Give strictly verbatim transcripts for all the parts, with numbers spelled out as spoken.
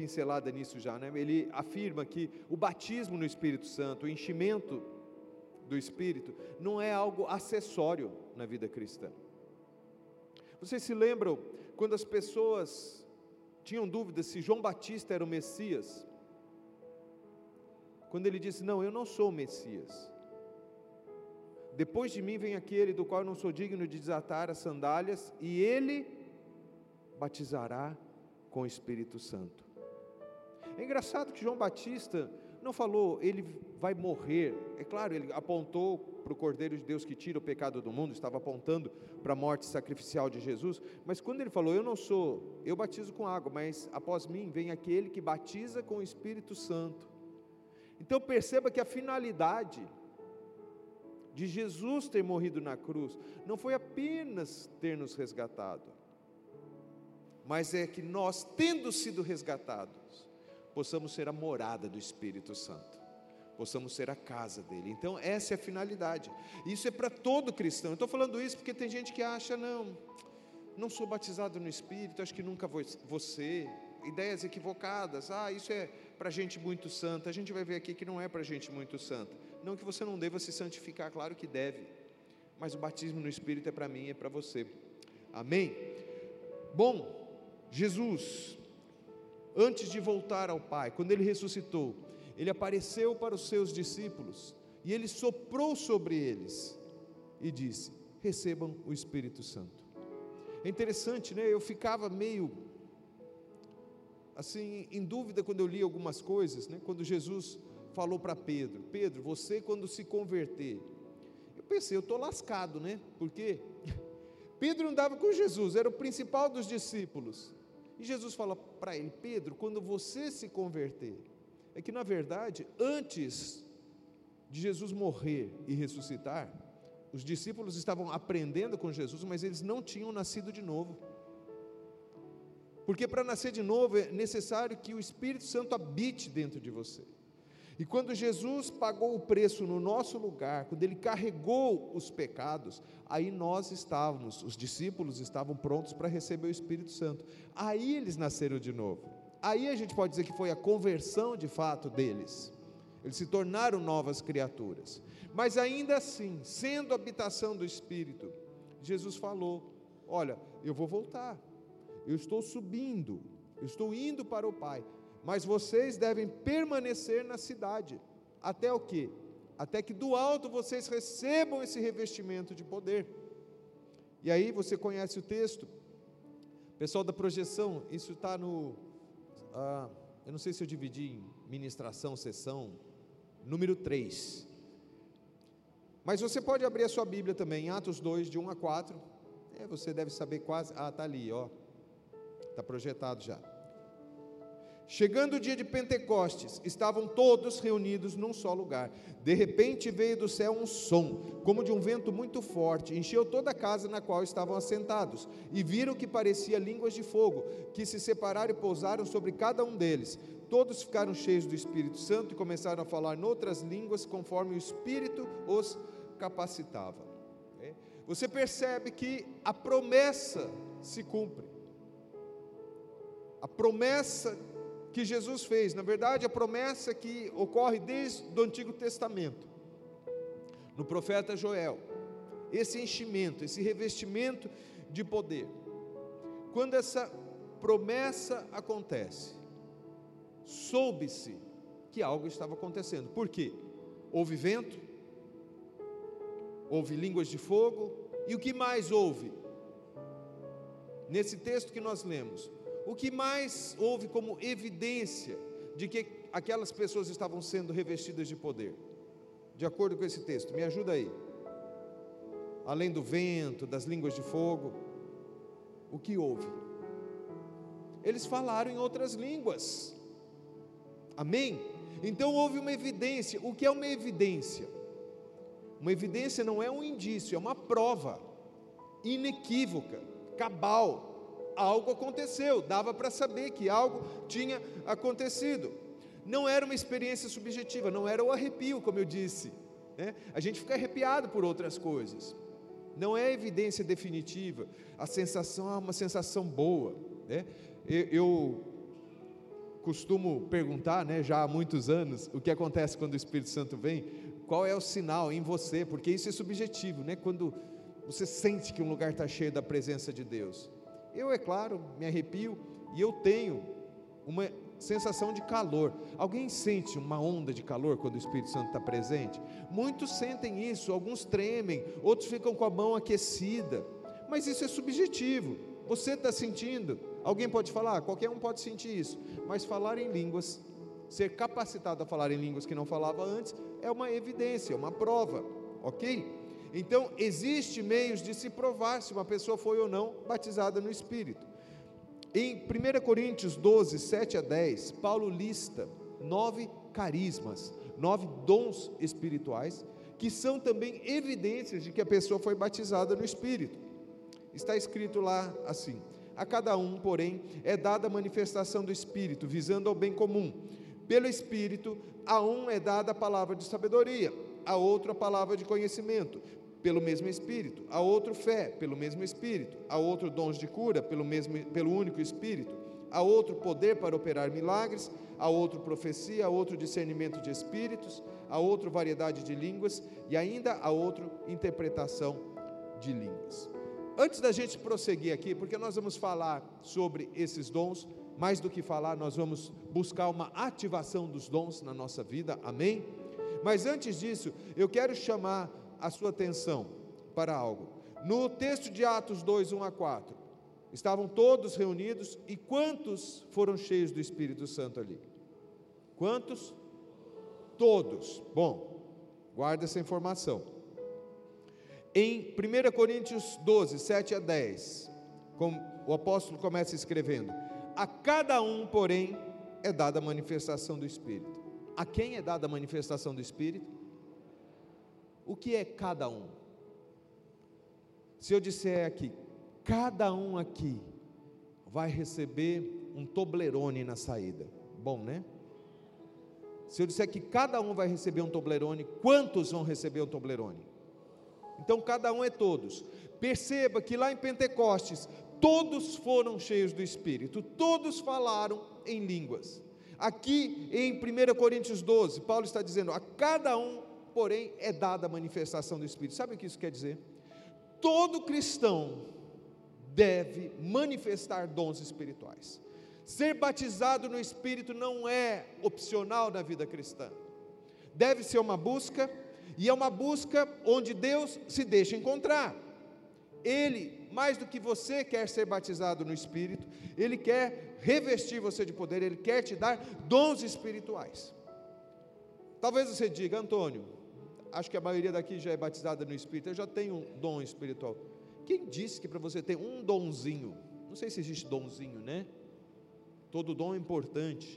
pincelada nisso já, né? Ele afirma que o batismo no Espírito Santo, o enchimento do Espírito, não é algo acessório na vida cristã. Vocês se lembram quando as pessoas tinham dúvidas se João Batista era o Messias? Quando ele disse: não, eu não sou o Messias, depois de mim vem aquele do qual eu não sou digno de desatar as sandálias, e ele batizará com o Espírito Santo. É engraçado que João Batista não falou, ele vai morrer. É claro, ele apontou para o Cordeiro de Deus que tira o pecado do mundo, estava apontando para a morte sacrificial de Jesus, mas quando ele falou, eu não sou, eu batizo com água, mas após mim vem aquele que batiza com o Espírito Santo. Então perceba que a finalidade de Jesus ter morrido na cruz não foi apenas ter nos resgatado, mas é que nós, tendo sido resgatados, possamos ser a morada do Espírito Santo, possamos ser a casa dele. Então essa é a finalidade. Isso é para todo cristão. Eu estou falando isso porque tem gente que acha, não, não sou batizado no Espírito, acho que nunca vou, vou ser. Ideias equivocadas, ah, isso é para gente muito santa. A gente vai ver aqui que não é para gente muito santa. Não que você não deva se santificar, claro que deve, mas o batismo no Espírito é para mim, é para você. Amém? Bom, Jesus, antes de voltar ao Pai, quando ele ressuscitou, ele apareceu para os seus discípulos, e ele soprou sobre eles, e disse: recebam o Espírito Santo. É interessante, né? Eu ficava meio, assim, em dúvida quando eu li algumas coisas, né? Quando Jesus falou para Pedro: Pedro, você quando se converter, eu pensei, eu estou lascado, né? Porque Pedro andava com Jesus, era o principal dos discípulos, e Jesus fala para ele: Pedro, quando você se converter, é que na verdade, antes de Jesus morrer e ressuscitar, os discípulos estavam aprendendo com Jesus, mas eles não tinham nascido de novo, porque para nascer de novo é necessário que o Espírito Santo habite dentro de você. E quando Jesus pagou o preço no nosso lugar, quando ele carregou os pecados, aí nós estávamos, os discípulos estavam prontos para receber o Espírito Santo. Aí eles nasceram de novo. Aí a gente pode dizer que foi a conversão de fato deles. Eles se tornaram novas criaturas. Mas ainda assim, sendo a habitação do Espírito, Jesus falou: olha, eu vou voltar, eu estou subindo, eu estou indo para o Pai, mas vocês devem permanecer na cidade, até o quê? Até que do alto vocês recebam esse revestimento de poder. E aí você conhece o texto, pessoal da projeção, isso está no, ah, eu não sei se eu dividi em ministração, sessão, número três, mas você pode abrir a sua Bíblia também, em Atos dois, de um a quatro, é, você deve saber quase, ah, está ali, ó, está projetado já. Chegando o dia de Pentecostes, estavam todos reunidos num só lugar. De repente veio do céu um som, como de um vento muito forte, encheu toda a casa na qual estavam assentados, e viram que parecia línguas de fogo, que se separaram e pousaram sobre cada um deles. Todos ficaram cheios do Espírito Santo e começaram a falar noutras línguas, conforme o Espírito os capacitava. Você percebe que a promessa se cumpre. A promessa que Jesus fez, na verdade a promessa que ocorre desde o Antigo Testamento, no profeta Joel, esse enchimento, esse revestimento de poder, quando essa promessa acontece, soube-se que algo estava acontecendo. Por quê? Houve vento, houve línguas de fogo, e o que mais houve? Nesse texto que nós lemos, o que mais houve como evidência de que aquelas pessoas estavam sendo revestidas de poder? De acordo com esse texto, me ajuda aí. Além do vento, das línguas de fogo, o que houve? Eles falaram em outras línguas. Amém? Então houve uma evidência. O que é uma evidência? Uma evidência não é um indício, é uma prova inequívoca, cabal. Algo aconteceu, dava para saber que algo tinha acontecido. Não era uma experiência subjetiva, não era o arrepio, como eu disse, né? A gente fica arrepiado por outras coisas, não é evidência definitiva. A sensação é uma sensação boa, né? eu, eu costumo perguntar, né, já há muitos anos, o que acontece quando o Espírito Santo vem, qual é o sinal em você, porque isso é subjetivo, né, quando você sente que um lugar está cheio da presença de Deus. Eu, é claro, me arrepio, e eu tenho uma sensação de calor. Alguém sente uma onda de calor quando o Espírito Santo está presente? Muitos sentem isso, alguns tremem, outros ficam com a mão aquecida, mas isso é subjetivo. Você está sentindo? Alguém pode falar? Qualquer um pode sentir isso, mas falar em línguas, ser capacitado a falar em línguas que não falava antes, é uma evidência, uma prova, ok? Então, existe meios de se provar se uma pessoa foi ou não batizada no Espírito. Em primeira Coríntios doze, sete a dez, Paulo lista nove carismas, nove dons espirituais, que são também evidências de que a pessoa foi batizada no Espírito. Está escrito lá assim: a cada um, porém, é dada a manifestação do Espírito, visando ao bem comum. Pelo Espírito, a um é dada a palavra de sabedoria, a outro a palavra de conhecimento, pelo mesmo Espírito, a outro fé, pelo mesmo Espírito, a outro dons de cura, pelo, mesmo, pelo único Espírito, a outro poder para operar milagres, a outro profecia, a outro discernimento de espíritos, a outro variedade de línguas, e ainda a outro interpretação de línguas. Antes da gente prosseguir aqui, porque nós vamos falar sobre esses dons, mais do que falar, nós vamos buscar uma ativação dos dons na nossa vida, amém? Mas antes disso, eu quero chamar a sua atenção para algo. No texto de Atos dois, um a quatro, estavam todos reunidos, e quantos foram cheios do Espírito Santo ali? Quantos? Todos. Bom, guarda essa informação. Em primeira Coríntios doze, sete a dez, o apóstolo começa escrevendo: a cada um, porém, é dada a manifestação do Espírito. A quem é dada a manifestação do Espírito? O que é cada um? Se eu disser aqui, cada um aqui vai receber um Toblerone na saída, bom, né? Se eu disser que cada um vai receber um Toblerone, quantos vão receber um Toblerone? Então cada um é todos. Perceba que lá em Pentecostes, todos foram cheios do Espírito, todos falaram em línguas. Aqui em primeira Coríntios doze, Paulo está dizendo: a cada um, porém, é dada a manifestação do Espírito. Sabe o que isso quer dizer? Todo cristão deve manifestar dons espirituais. Ser batizado no Espírito não é opcional na vida cristã, deve ser uma busca, e é uma busca onde Deus se deixa encontrar. Ele, mais do que você quer ser batizado no Espírito, Ele quer revestir você de poder, Ele quer te dar dons espirituais. Talvez você diga: Antônio, acho que a maioria daqui já é batizada no Espírito, eu já tenho um dom espiritual. Quem disse que para você ter um donzinho? Não sei se existe donzinho, né? Todo dom é importante.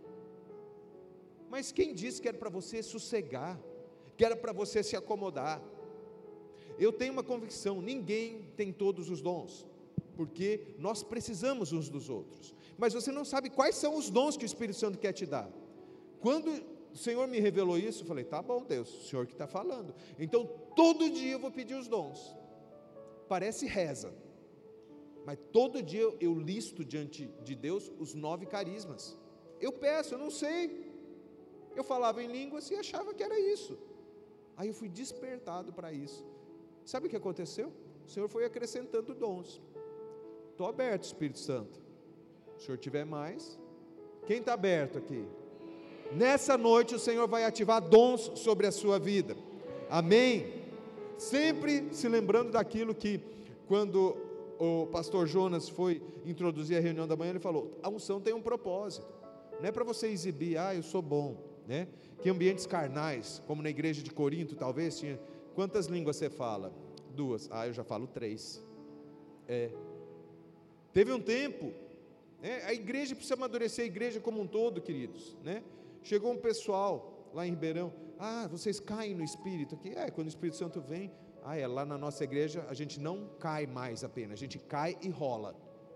Mas quem disse que era para você sossegar, que era para você se acomodar? Eu tenho uma convicção: ninguém tem todos os dons, porque nós precisamos uns dos outros. Mas você não sabe quais são os dons que o Espírito Santo quer te dar. Quando o Senhor me revelou isso, eu falei: tá bom, Deus, o Senhor que está falando, então todo dia eu vou pedir os dons. Parece reza, mas todo dia eu, eu listo diante de Deus os nove carismas. Eu peço, eu não sei, eu falava em línguas e achava que era isso, aí eu fui despertado para isso. Sabe o que aconteceu? O Senhor foi acrescentando dons. Estou aberto, Espírito Santo. Se o Senhor tiver mais, quem está aberto aqui? Nessa noite o Senhor vai ativar dons sobre a sua vida, amém? Sempre se lembrando daquilo que, quando o pastor Jonas foi introduzir a reunião da manhã, ele falou: a unção tem um propósito, não é para você exibir, ah, eu sou bom, né? Que ambientes carnais, como na igreja de Corinto, talvez tinha, quantas línguas você fala? Duas. Ah, eu já falo três. É, teve um tempo, né, a igreja precisa amadurecer, a igreja como um todo, queridos, né? Chegou um pessoal lá em Ribeirão: ah, vocês caem no Espírito aqui? É, quando o Espírito Santo vem, ah, é, lá na nossa igreja a gente não cai mais apenas, a gente cai e rola.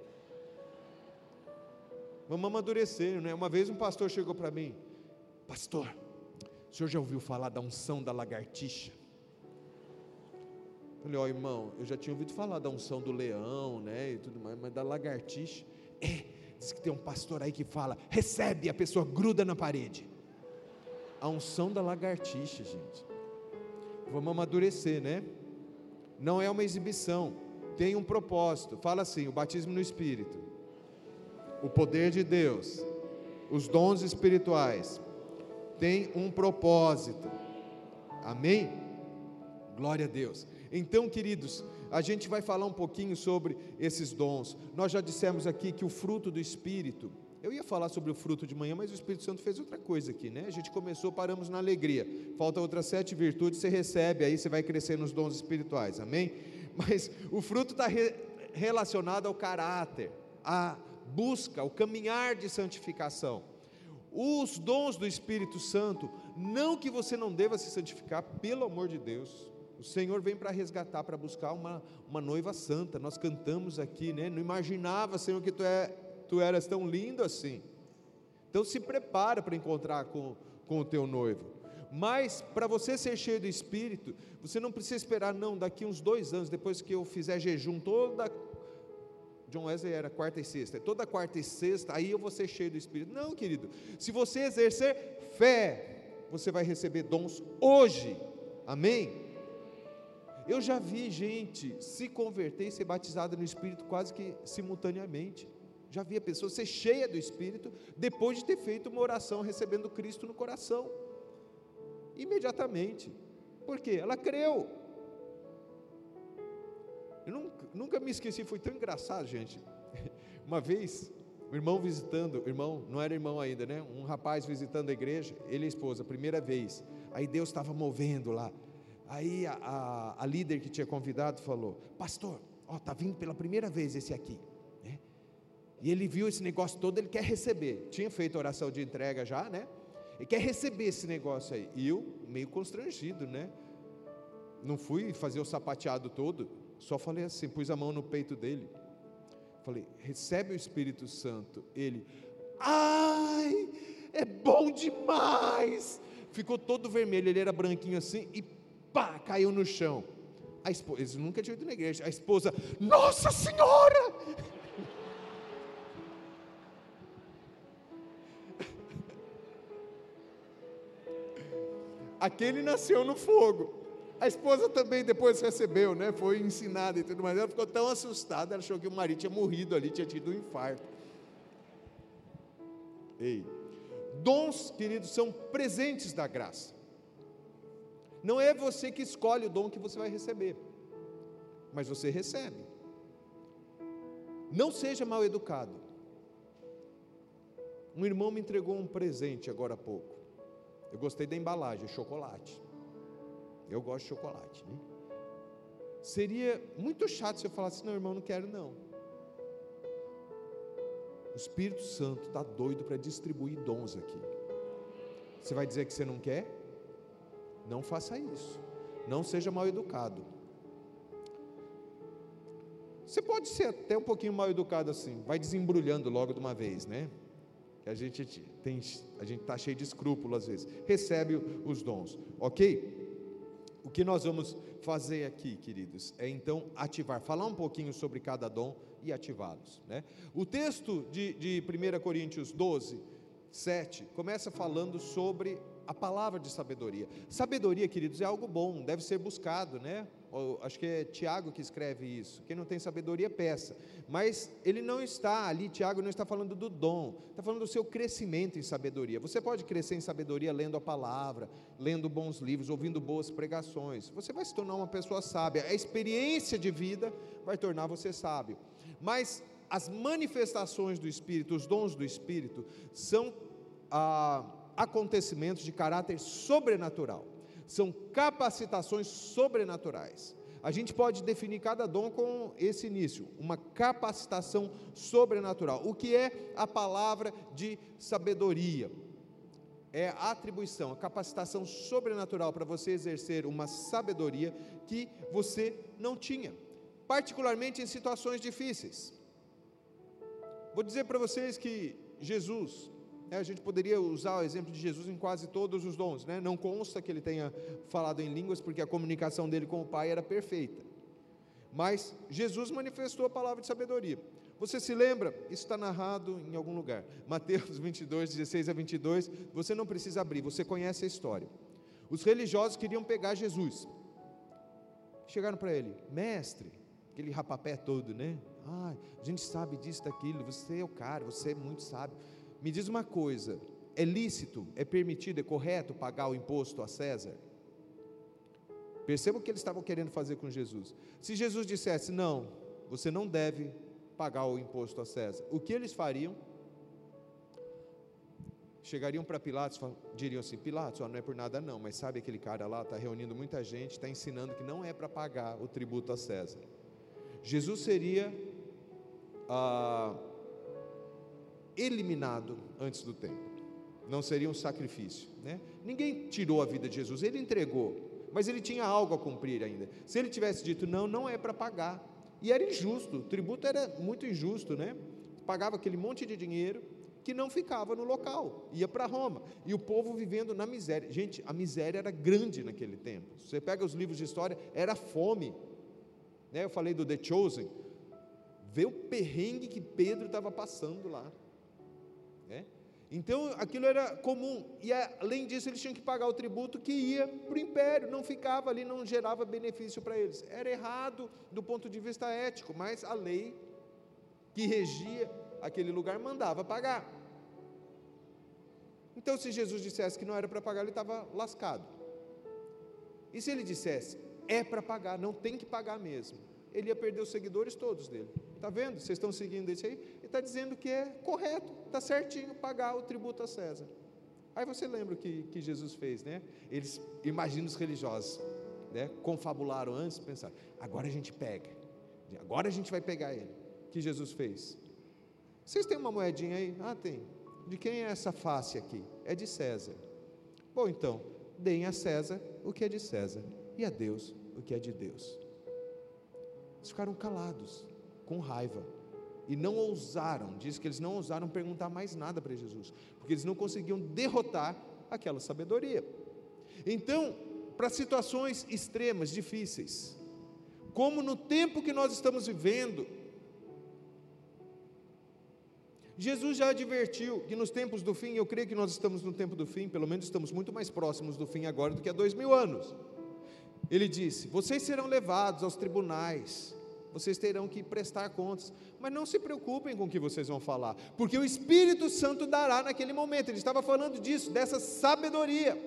Vamos amadurecer, né? Uma vez um pastor chegou para mim: pastor, o senhor já ouviu falar da unção da lagartixa? Eu falei: ó, irmão, eu já tinha ouvido falar da unção do leão, né, e tudo mais, mas da lagartixa, é, Diz que tem um pastor aí que fala, recebe, a pessoa gruda na parede. A unção da lagartixa, gente. Vamos amadurecer, né? Não é uma exibição, tem um propósito. Fala assim, o batismo no Espírito, o poder de Deus, os dons espirituais, tem um propósito. Amém? Glória a Deus. Então, queridos, a gente vai falar um pouquinho sobre esses dons. Nós já dissemos aqui que o fruto do Espírito, eu ia falar sobre o fruto de manhã, mas o Espírito Santo fez outra coisa aqui, né? A gente começou, paramos na alegria, falta outras sete virtudes, você recebe, aí você vai crescer nos dons espirituais, amém? Mas o fruto está re, relacionado ao caráter, à busca, ao caminhar de santificação. Os dons do Espírito Santo, não que você não deva se santificar, pelo amor de Deus, o Senhor vem para resgatar, para buscar uma, uma noiva santa. Nós cantamos aqui, né? Não imaginava, Senhor, que tu, é, tu eras tão lindo assim. Então se prepara para encontrar com, com o teu noivo. Mas para você ser cheio do Espírito, você não precisa esperar, não, daqui uns dois anos, depois que eu fizer jejum toda, John Wesley era quarta e sexta, toda quarta e sexta, aí eu vou ser cheio do Espírito. Não, querido, se você exercer fé, você vai receber dons hoje, amém? Eu já vi gente se converter e ser batizada no Espírito quase que simultaneamente. Já vi a pessoa ser cheia do Espírito depois de ter feito uma oração recebendo Cristo no coração, imediatamente. Por quê? Ela creu. Eu nunca, nunca me esqueci, foi tão engraçado, gente. Uma vez, o irmão visitando, irmão, não era irmão ainda, né? Um rapaz visitando a igreja, ele e a esposa, primeira vez. Aí Deus estava movendo lá. Aí a, a, a líder que tinha convidado falou, pastor, ó, está vindo pela primeira vez esse aqui, né? E ele viu esse negócio todo, ele quer receber, tinha feito a oração de entrega já, né? Ele quer receber esse negócio aí, e eu meio constrangido, né? Não fui fazer o sapateado todo, só falei assim, pus a mão no peito dele, falei, recebe o Espírito Santo. Ele, ai, é bom demais, ficou todo vermelho, ele era branquinho assim, e pá, caiu no chão. A esposa, eles nunca tinham ido na igreja, a esposa, Nossa Senhora! Aquele nasceu no fogo. A esposa também depois recebeu, né? Foi ensinada e tudo mais. Ela ficou tão assustada, ela achou que o marido tinha morrido ali, tinha tido um infarto. Ei, dons, queridos, são presentes da graça. Não é você que escolhe o dom que você vai receber, mas você recebe. Não seja mal educado. Um irmão me entregou um presente agora há pouco. Eu gostei da embalagem, chocolate. Eu gosto de chocolate, né? Seria muito chato se eu falasse, não, irmão, não quero não. O Espírito Santo está doido para distribuir dons aqui. Você vai dizer que você não quer? Não faça isso. Não seja mal educado. Você pode ser até um pouquinho mal educado assim, vai desembrulhando logo de uma vez, né? Que a gente tem, a gente está cheio de escrúpulos às vezes. Recebe os dons, ok? O que nós vamos fazer aqui, queridos, é então ativar, falar um pouquinho sobre cada dom e ativá-los, né? O texto de, de primeira Coríntios doze, sete, começa falando sobre a palavra de sabedoria. Sabedoria, queridos, é algo bom, deve ser buscado, né? Acho que é Tiago que escreve isso. Quem não tem sabedoria, peça. Mas ele não está ali, Tiago não está falando do dom, está falando do seu crescimento em sabedoria. Você pode crescer em sabedoria lendo a palavra, lendo bons livros, ouvindo boas pregações. Você vai se tornar uma pessoa sábia. A experiência de vida vai tornar você sábio. Mas as manifestações do Espírito, os dons do Espírito, são ah, acontecimentos de caráter sobrenatural. São capacitações sobrenaturais. A gente pode definir cada dom com esse início, uma capacitação sobrenatural. O que é a palavra de sabedoria? É a atribuição, a capacitação sobrenatural para você exercer uma sabedoria que você não tinha, particularmente em situações difíceis. Vou dizer para vocês que Jesus, É, a gente poderia usar o exemplo de Jesus em quase todos os dons, né? Não consta que ele tenha falado em línguas, porque a comunicação dele com o Pai era perfeita, mas Jesus manifestou a palavra de sabedoria. Você se lembra? Isso está narrado em algum lugar. Mateus vinte e dois, dezesseis a vinte e dois. Você não precisa abrir, você conhece a história. Os religiosos queriam pegar Jesus. Chegaram para ele: mestre, aquele rapapé todo, né? Ah, a gente sabe disso, daquilo, você é o cara, você é muito sábio. Me diz uma coisa: é lícito, é permitido, é correto pagar o imposto a César? Perceba o que eles estavam querendo fazer com Jesus. Se Jesus dissesse: não, você não deve pagar o imposto a César, o que eles fariam? Chegariam para Pilatos, diriam assim: Pilatos, ó, não é por nada não, mas sabe aquele cara lá, está reunindo muita gente, está ensinando que não é para pagar o tributo a César. Jesus seria ah, eliminado antes do tempo, não seria um sacrifício, né? Ninguém tirou a vida de Jesus, ele entregou, mas ele tinha algo a cumprir ainda. Se ele tivesse dito não, não é para pagar, e era injusto, o tributo era muito injusto, né? Pagava aquele monte de dinheiro que não ficava no local, ia para Roma, e o povo vivendo na miséria. Gente, a miséria era grande naquele tempo. Você pega os livros de história, era fome, né? Eu falei do The Chosen, vê o perrengue que Pedro estava passando lá, né? Então aquilo era comum, e além disso eles tinham que pagar o tributo que ia para o império, não ficava ali, não gerava benefício para eles. Era errado do ponto de vista ético, mas a lei que regia aquele lugar mandava pagar. Então, se Jesus dissesse que não era para pagar, ele estava lascado. E se ele dissesse: é para pagar, não tem que pagar mesmo, ele ia perder os seguidores todos dele. Está vendo? Vocês estão seguindo isso aí? Ele está dizendo que é correto, está certinho pagar o tributo a César. Aí você lembra o que, que Jesus fez, né? Eles, imagina os religiosos, né? Confabularam antes, pensaram: agora a gente pega, agora a gente vai pegar ele. O que Jesus fez? Vocês têm uma moedinha aí? Ah, tem. De quem é essa face aqui? É de César. Bom, então, deem a César o que é de César, e a Deus o que é de Deus. Eles ficaram calados, com raiva, e não ousaram, diz que eles não ousaram perguntar mais nada para Jesus, porque eles não conseguiam derrotar aquela sabedoria. Então, para situações extremas, difíceis, como no tempo que nós estamos vivendo, Jesus já advertiu que nos tempos do fim, eu creio que nós estamos no tempo do fim, pelo menos estamos muito mais próximos do fim agora do que há dois mil anos. Ele disse: vocês serão levados aos tribunais, vocês terão que prestar contas, mas não se preocupem com o que vocês vão falar, porque o Espírito Santo dará naquele momento. Ele estava falando disso, dessa sabedoria,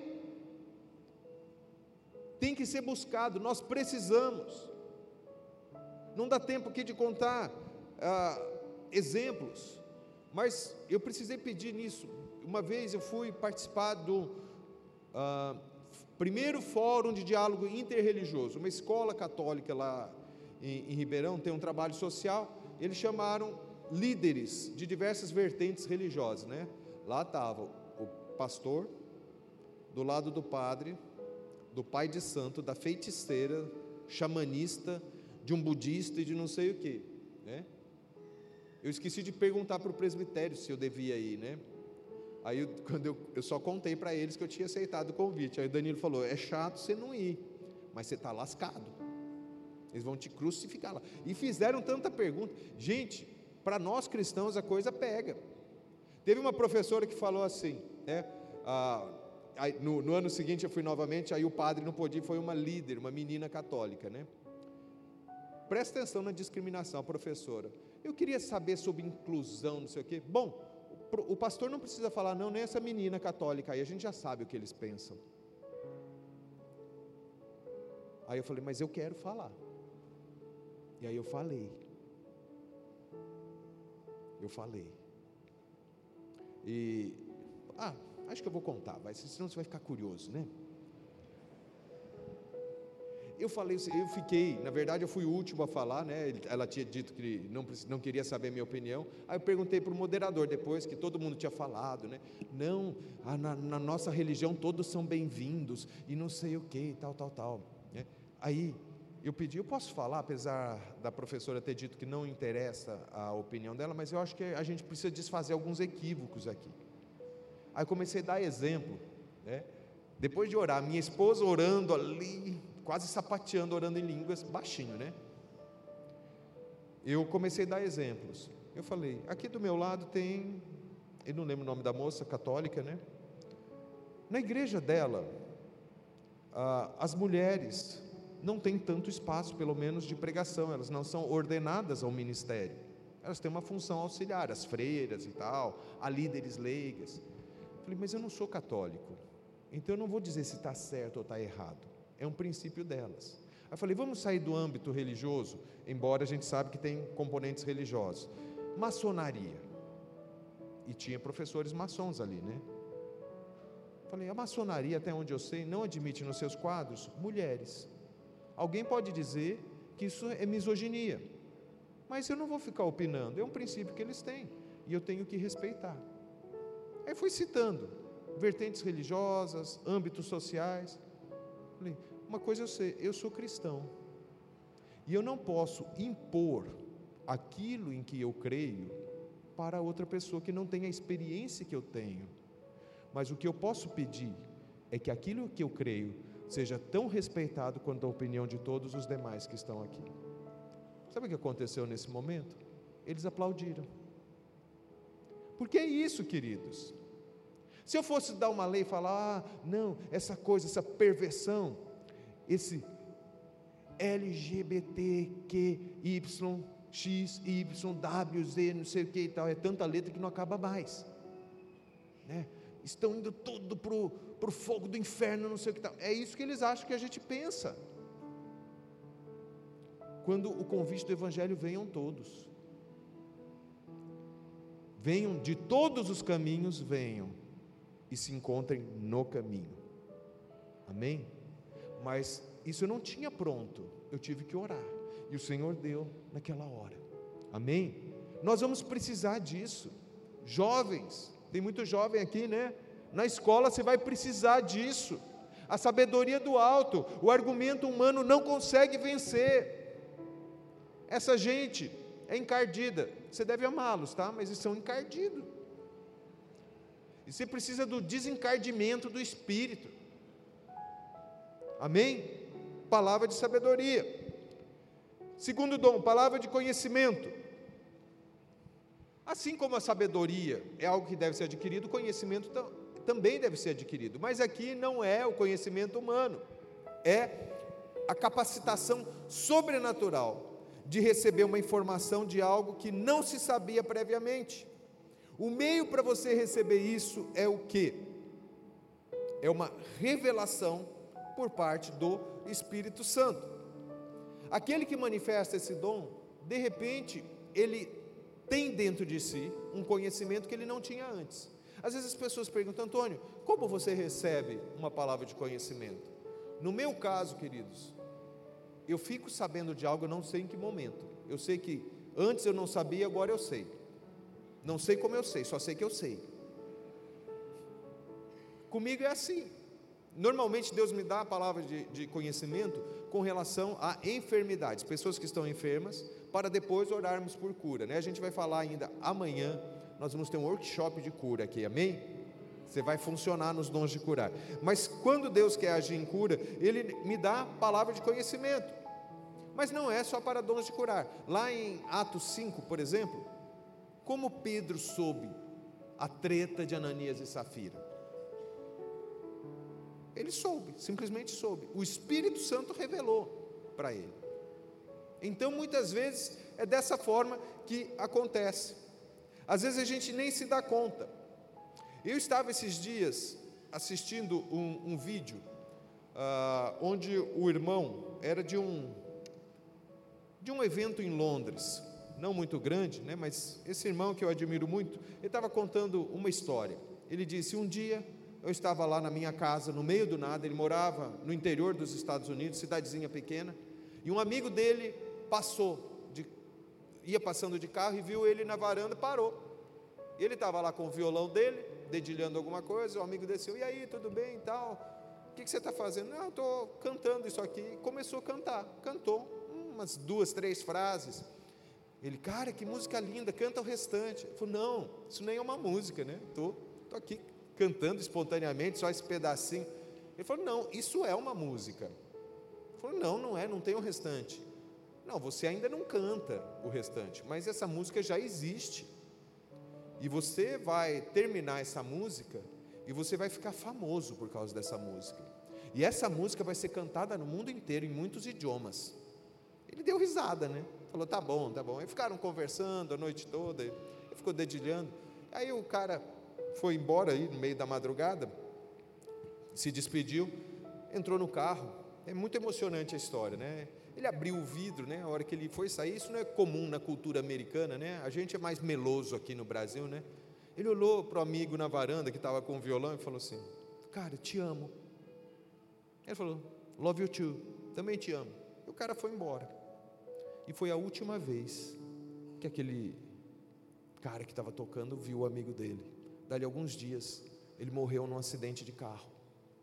tem que ser buscado, nós precisamos. Não dá tempo aqui de contar ah, exemplos, mas eu precisei pedir nisso. Uma vez eu fui participar do ah, primeiro fórum de diálogo interreligioso, uma escola católica lá em, em Ribeirão, tem um trabalho social. Eles chamaram líderes de diversas vertentes religiosas, né? Lá estava o pastor, do lado do padre, do pai de santo, da feiticeira, xamanista, de um budista e de não sei o que, né? Eu esqueci de perguntar para o presbitério se eu devia ir, né? Aí, eu, quando eu, eu só contei para eles que eu tinha aceitado o convite. Aí o Danilo falou: é chato você não ir, mas você está lascado, eles vão te crucificar lá. E fizeram tanta pergunta. Gente, para nós cristãos a coisa pega. Teve uma professora que falou assim, né? Ah, aí, no, no ano seguinte eu fui novamente, aí o padre não pôde ir, foi uma líder, uma menina católica, né? Presta atenção na discriminação, professora. Eu queria saber sobre inclusão, não sei o quê. Bom, o pastor não precisa falar não, nem essa menina católica aí, a gente já sabe o que eles pensam. Aí eu falei: mas eu quero falar. E aí eu falei. Eu falei. E, ah, acho que eu vou contar, vai, senão você vai ficar curioso, né? Eu falei, eu fiquei, na verdade eu fui o último a falar, né? Ela tinha dito que não, não queria saber a minha opinião. Aí eu perguntei para o moderador depois, que todo mundo tinha falado, né? Não, a, na, na nossa religião todos são bem-vindos, e não sei o que, tal, tal, tal, né? Aí eu pedi: eu posso falar, apesar da professora ter dito que não interessa a opinião dela, mas eu acho que a gente precisa desfazer alguns equívocos aqui. Aí eu comecei a dar exemplo, né? Depois de orar, minha esposa orando ali, quase sapateando, orando em línguas, baixinho, né? Eu comecei a dar exemplos. Eu falei, aqui do meu lado tem, eu não lembro o nome da moça, católica, né? Na igreja dela, ah, as mulheres não têm tanto espaço, pelo menos de pregação, elas não são ordenadas ao ministério, elas têm uma função auxiliar, as freiras e tal, a líderes leigas. Eu falei, mas eu não sou católico, então eu não vou dizer se está certo ou está errado, é um princípio delas. Aí eu falei, vamos sair do âmbito religioso, embora a gente sabe que tem componentes religiosos. Maçonaria, e tinha professores maçons ali, né? Falei, a maçonaria, até onde eu sei, não admite nos seus quadros mulheres. Alguém pode dizer que isso é misoginia, mas eu não vou ficar opinando, é um princípio que eles têm, e eu tenho que respeitar. Aí fui citando, vertentes religiosas, âmbitos sociais. Falei, uma coisa eu sei, eu sou cristão, e eu não posso impor aquilo em que eu creio para outra pessoa que não tem a experiência que eu tenho, mas o que eu posso pedir é que aquilo que eu creio seja tão respeitado quanto a opinião de todos os demais que estão aqui. Sabe o que aconteceu nesse momento? Eles aplaudiram, porque é isso, queridos. Se eu fosse dar uma lei e falar, ah, não, essa coisa, essa perversão, esse L G B T Q Y X, Y, W, Z, não sei o que e tal, é tanta letra que não acaba mais, né? Estão indo tudo para o fogo do inferno, não sei o que tal, é isso que eles acham que a gente pensa, quando o convite do Evangelho, venham todos, venham de todos os caminhos, venham, e se encontrem no caminho, amém? Mas isso eu não tinha pronto, eu tive que orar, e o Senhor deu naquela hora, amém? Nós vamos precisar disso, jovens, tem muito jovem aqui, né? Na escola você vai precisar disso, a sabedoria do alto, o argumento humano não consegue vencer, essa gente é encardida, você deve amá-los, tá? Mas eles são encardidos, e você precisa do desencardimento do Espírito, amém? Palavra de sabedoria. Segundo dom, palavra de conhecimento. Assim como a sabedoria é algo que deve ser adquirido, o conhecimento tam, também deve ser adquirido, mas aqui não é o conhecimento humano, é a capacitação sobrenatural de receber uma informação de algo que não se sabia previamente. O meio para você receber isso é o quê? É uma revelação por parte do Espírito Santo. Aquele que manifesta esse dom, de repente, ele tem dentro de si um conhecimento que ele não tinha antes. Às vezes as pessoas perguntam, Antônio, como você recebe uma palavra de conhecimento? No meu caso, queridos, eu fico sabendo de algo, eu não sei em que momento. Eu sei que antes eu não sabia, agora eu sei. Não sei como eu sei, só sei que eu sei. Comigo é assim. Normalmente Deus me dá a palavra de, de conhecimento com relação a enfermidades, pessoas que estão enfermas, para depois orarmos por cura, né? A gente vai falar ainda amanhã, nós vamos ter um workshop de cura aqui, amém? Você vai funcionar nos dons de curar, mas quando Deus quer agir em cura, Ele me dá a palavra de conhecimento, mas não é só para dons de curar. Lá em Atos cinco, por exemplo, como Pedro soube a treta de Ananias e Safira? Ele soube, simplesmente soube, o Espírito Santo revelou para ele. Então muitas vezes é dessa forma que acontece, às vezes a gente nem se dá conta. Eu estava esses dias assistindo um, um vídeo, uh, onde o irmão era de um, de um evento em Londres, não muito grande, né, mas esse irmão que eu admiro muito, ele estava contando uma história. Ele disse, um dia eu estava lá na minha casa, no meio do nada, ele morava no interior dos Estados Unidos, cidadezinha pequena, e um amigo dele passou, de, ia passando de carro e viu ele na varanda, parou, ele estava lá com o violão dele, dedilhando alguma coisa, o amigo desceu, e aí, tudo bem e tal, o que, que você está fazendo? Não, eu estou cantando isso aqui, e começou a cantar, cantou umas duas, três frases, ele, cara, que música linda, canta o restante. Ele falou, não, isso nem é uma música, né, estou aqui cantando espontaneamente, só esse pedacinho. Ele falou, não, isso é uma música. Ele falou, não, não é, não tem o restante. Não, você ainda não canta o restante, mas essa música já existe. E você vai terminar essa música e você vai ficar famoso por causa dessa música. E essa música vai ser cantada no mundo inteiro, em muitos idiomas. Ele deu risada, né? Falou, tá bom, tá bom. Aí ficaram conversando a noite toda, ele ficou dedilhando. Aí o cara foi embora aí no meio da madrugada, se despediu, entrou no carro. É muito emocionante a história, né? Ele abriu o vidro, né? A hora que ele foi sair, isso não é comum na cultura americana, né? A gente é mais meloso aqui no Brasil, né? Ele olhou para o amigo na varanda que estava com o violão e falou assim, cara, te amo. Ele falou, love you too, também te amo. E o cara foi embora. E foi a última vez que aquele cara que estava tocando viu o amigo dele. Dali a alguns dias, ele morreu num acidente de carro.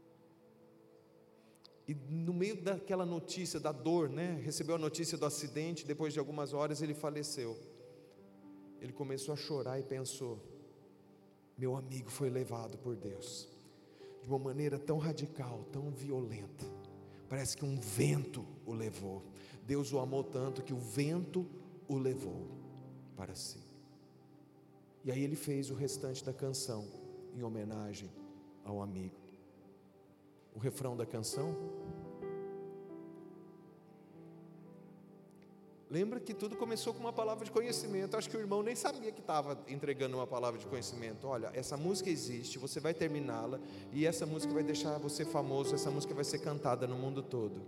E no meio daquela notícia, da dor, né? Recebeu a notícia do acidente, depois de algumas horas ele faleceu. Ele começou a chorar e pensou, meu amigo foi levado por Deus, de uma maneira tão radical, tão violenta, parece que um vento o levou. Deus o amou tanto que o vento o levou para si. E aí ele fez o restante da canção, em homenagem ao amigo. O refrão da canção, lembra que tudo começou com uma palavra de conhecimento. Acho que o irmão nem sabia que estava entregando uma palavra de conhecimento. Olha, essa música existe, você vai terminá-la, e essa música vai deixar você famoso, essa música vai ser cantada no mundo todo.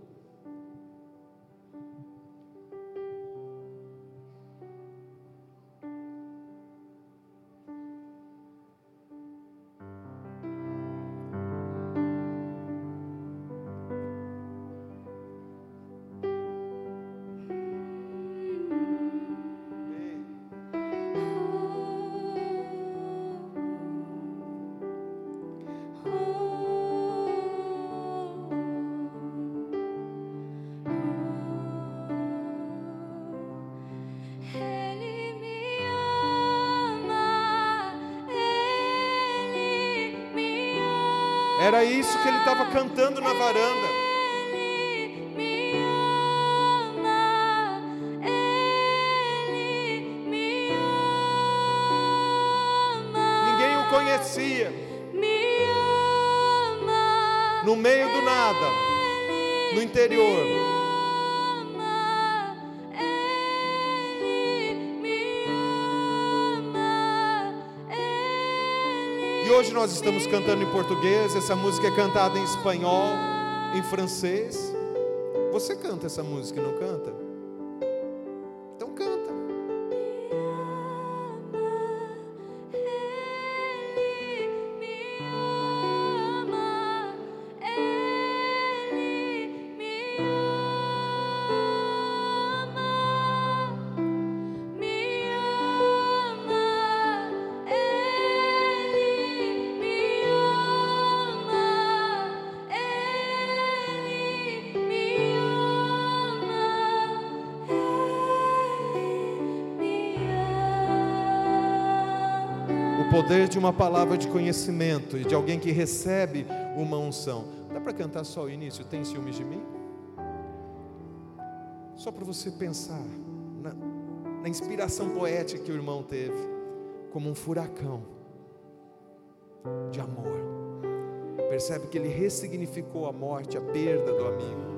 Era isso que ele estava cantando na varanda. Ele me ama, Ele me ama. Ninguém o conhecia. Me ama. No meio do nada, no interior. Me ama, Ele me ama, Ele. E hoje nós estamos cantando em português, essa música é cantada em espanhol, em francês. Você canta essa música, não canta? Então canta. O poder de uma palavra de conhecimento e de alguém que recebe uma unção. Dá para cantar só o início? Tem ciúmes de mim? Só para você pensar na, na inspiração poética que o irmão teve, como um furacão de amor. Percebe que ele ressignificou a morte, a perda do amigo.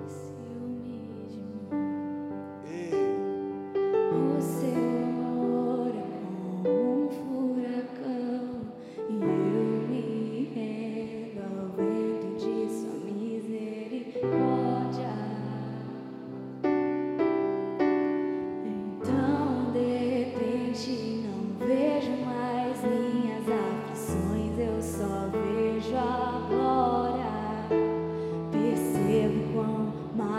Só vejo a glória, percebo quão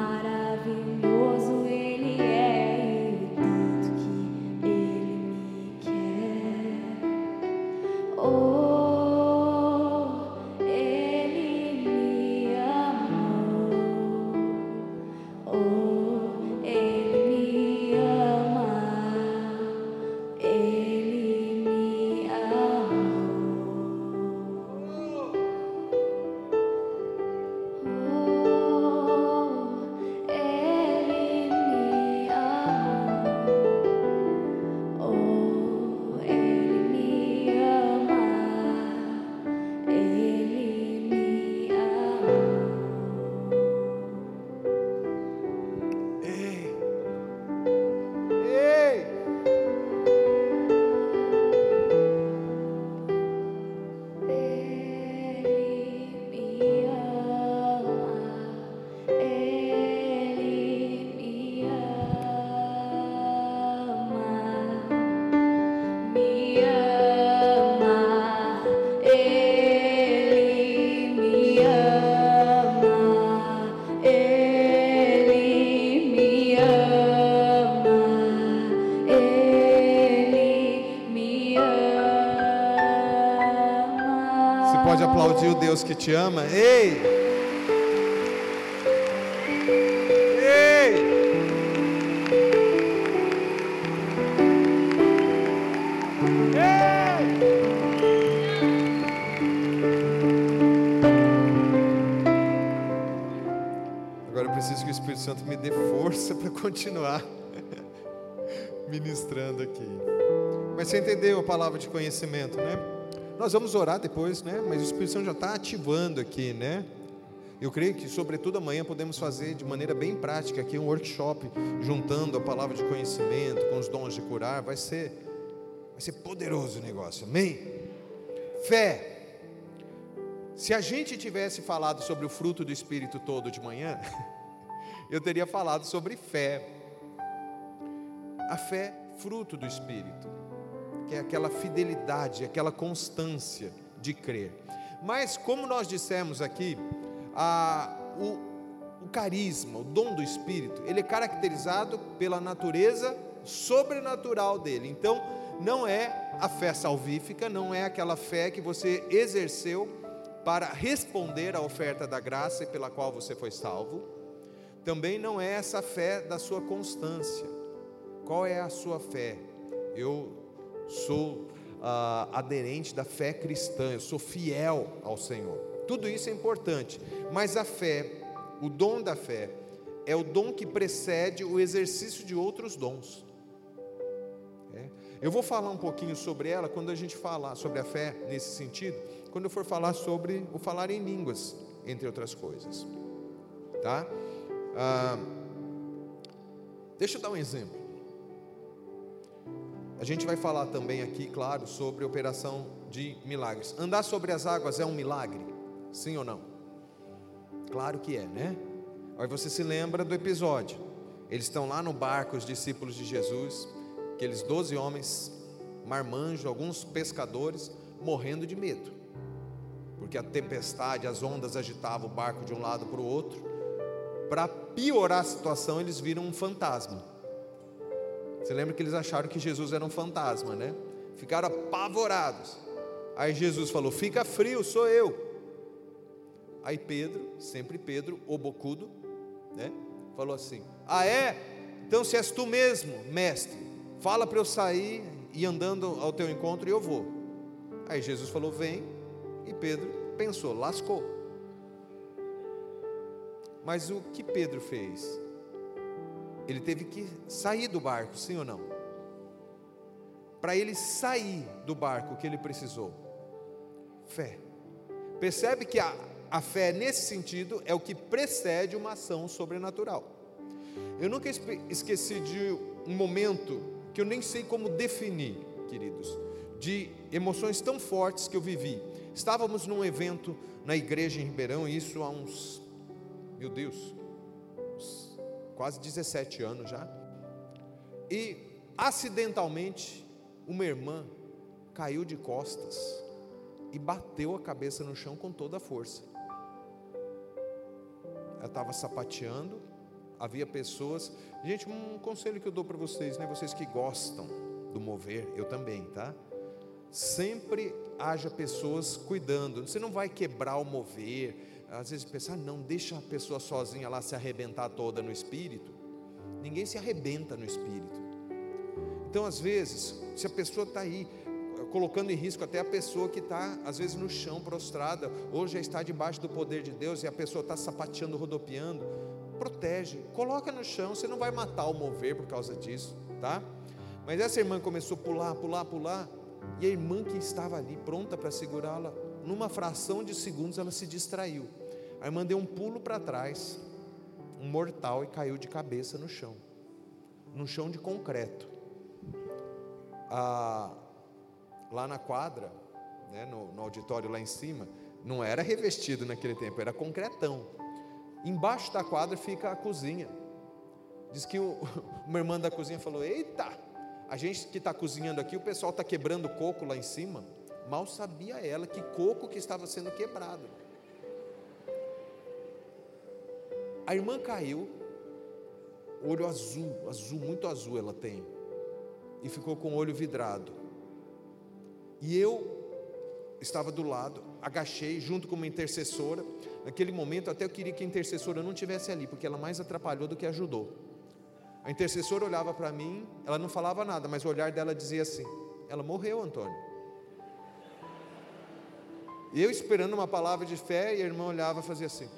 aplaudir o Deus que te ama? Ei! Ei! Ei! Agora eu preciso que o Espírito Santo me dê força para continuar ministrando aqui. Mas você entendeu a palavra de conhecimento, né? Nós vamos orar depois, né? Mas o Espírito Santo já está ativando aqui, né? Eu creio que, sobretudo amanhã, podemos fazer de maneira bem prática aqui um workshop, juntando a palavra de conhecimento com os dons de curar. Vai ser, vai ser poderoso o negócio, amém? Fé. Se a gente tivesse falado sobre o fruto do Espírito todo de manhã, eu teria falado sobre fé. A fé, fruto do Espírito, que é aquela fidelidade, aquela constância de crer. Mas, como nós dissemos aqui, a, o, o carisma, o dom do Espírito, ele é caracterizado pela natureza sobrenatural dele. Então, não é a fé salvífica, não é aquela fé que você exerceu para responder à oferta da graça pela qual você foi salvo. Também não é essa fé da sua constância. Qual é a sua fé? Eu sou ah, aderente da fé cristã, eu sou fiel ao Senhor. Tudo isso é importante, mas a fé, o dom da fé, é o dom que precede o exercício de outros dons. É. Eu vou falar um pouquinho sobre ela quando a gente falar sobre a fé nesse sentido, quando eu for falar sobre o falar em línguas, entre outras coisas. Tá? Ah, deixa eu dar um exemplo. A gente vai falar também aqui, claro, sobre operação de milagres. Andar sobre as águas é um milagre? Sim ou não? Claro que é, né? Aí você se lembra do episódio. Eles estão lá no barco, os discípulos de Jesus, aqueles doze homens, marmanjos, alguns pescadores, morrendo de medo, porque a tempestade, as ondas agitavam o barco de um lado para o outro. Para piorar a situação, eles viram um fantasma. Você lembra que eles acharam que Jesus era um fantasma, né? Ficaram apavorados. Aí Jesus falou: fica frio, sou eu. Aí Pedro, sempre Pedro, o bocudo, né? Falou assim: ah é? Então se és tu mesmo, mestre, fala para eu sair e andando ao teu encontro e eu vou. Aí Jesus falou: vem. E Pedro pensou: lascou. Mas o que Pedro fez? Ele teve que sair do barco, sim ou não? Para ele sair do barco, o que ele precisou? Fé. Percebe que a, a fé, nesse sentido, é o que precede uma ação sobrenatural. Eu nunca esqueci de um momento que eu nem sei como definir, queridos, de emoções tão fortes que eu vivi. Estávamos num evento na igreja em Ribeirão, isso há uns, meu Deus, uns quase dezessete anos já. E acidentalmente uma irmã caiu de costas e bateu a cabeça no chão com toda a força. Ela estava sapateando, havia pessoas. Gente, um conselho que eu dou para vocês, né? Vocês que gostam do mover, eu também, tá? Sempre haja pessoas cuidando. Você não vai quebrar o mover. Às vezes pensar, ah, não, deixa a pessoa sozinha lá se arrebentar toda no espírito. Ninguém se arrebenta no espírito. Então, às vezes, se a pessoa está aí, colocando em risco até a pessoa que está, às vezes, no chão, prostrada, ou já está debaixo do poder de Deus, e a pessoa está sapateando, rodopiando, protege, coloca no chão. Você não vai matar o mover por causa disso, tá? Mas essa irmã começou a pular, pular, pular, e a irmã que estava ali, pronta para segurá-la, numa fração de segundos, ela se distraiu. A irmã deu um pulo para trás, um mortal, e caiu de cabeça no chão, no chão de concreto. Ah, lá na quadra, né, no, no auditório lá em cima, não era revestido naquele tempo, era concretão. Embaixo da quadra fica a cozinha. Diz que o, uma irmã da cozinha falou: eita, a gente que está cozinhando aqui, o pessoal está quebrando coco lá em cima. Mal sabia ela que coco que estava sendo quebrado. A irmã caiu, olho azul, azul, muito azul ela tem, e ficou com o olho vidrado. E eu, estava do lado, agachei junto com uma intercessora. Naquele momento até eu queria que a intercessora não estivesse ali, porque ela mais atrapalhou do que ajudou. A intercessora olhava para mim, ela não falava nada, mas o olhar dela dizia assim: ela morreu, Antônio. E eu esperando uma palavra de fé, e a irmã olhava e fazia assim.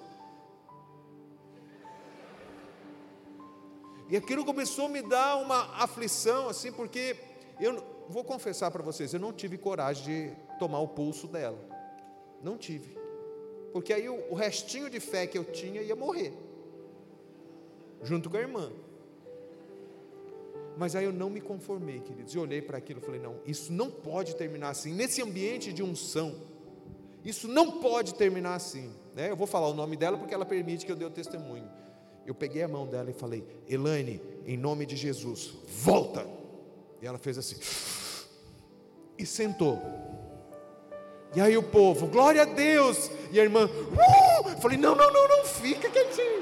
E aquilo começou a me dar uma aflição, assim, porque eu vou confessar para vocês, eu não tive coragem de tomar o pulso dela. Não tive. Porque aí o, o restinho de fé que eu tinha ia morrer, junto com a irmã. Mas aí eu não me conformei, queridos. Eu olhei para aquilo e falei: não, isso não pode terminar assim. Nesse ambiente de unção, isso não pode terminar assim, né? Eu vou falar o nome dela porque ela permite que eu dê o testemunho. Eu peguei a mão dela e falei: Elaine, em nome de Jesus, volta. E ela fez assim, e sentou. E aí o povo, glória a Deus. E a irmã, uh! Eu falei: não, não, não, não, fica quietinho.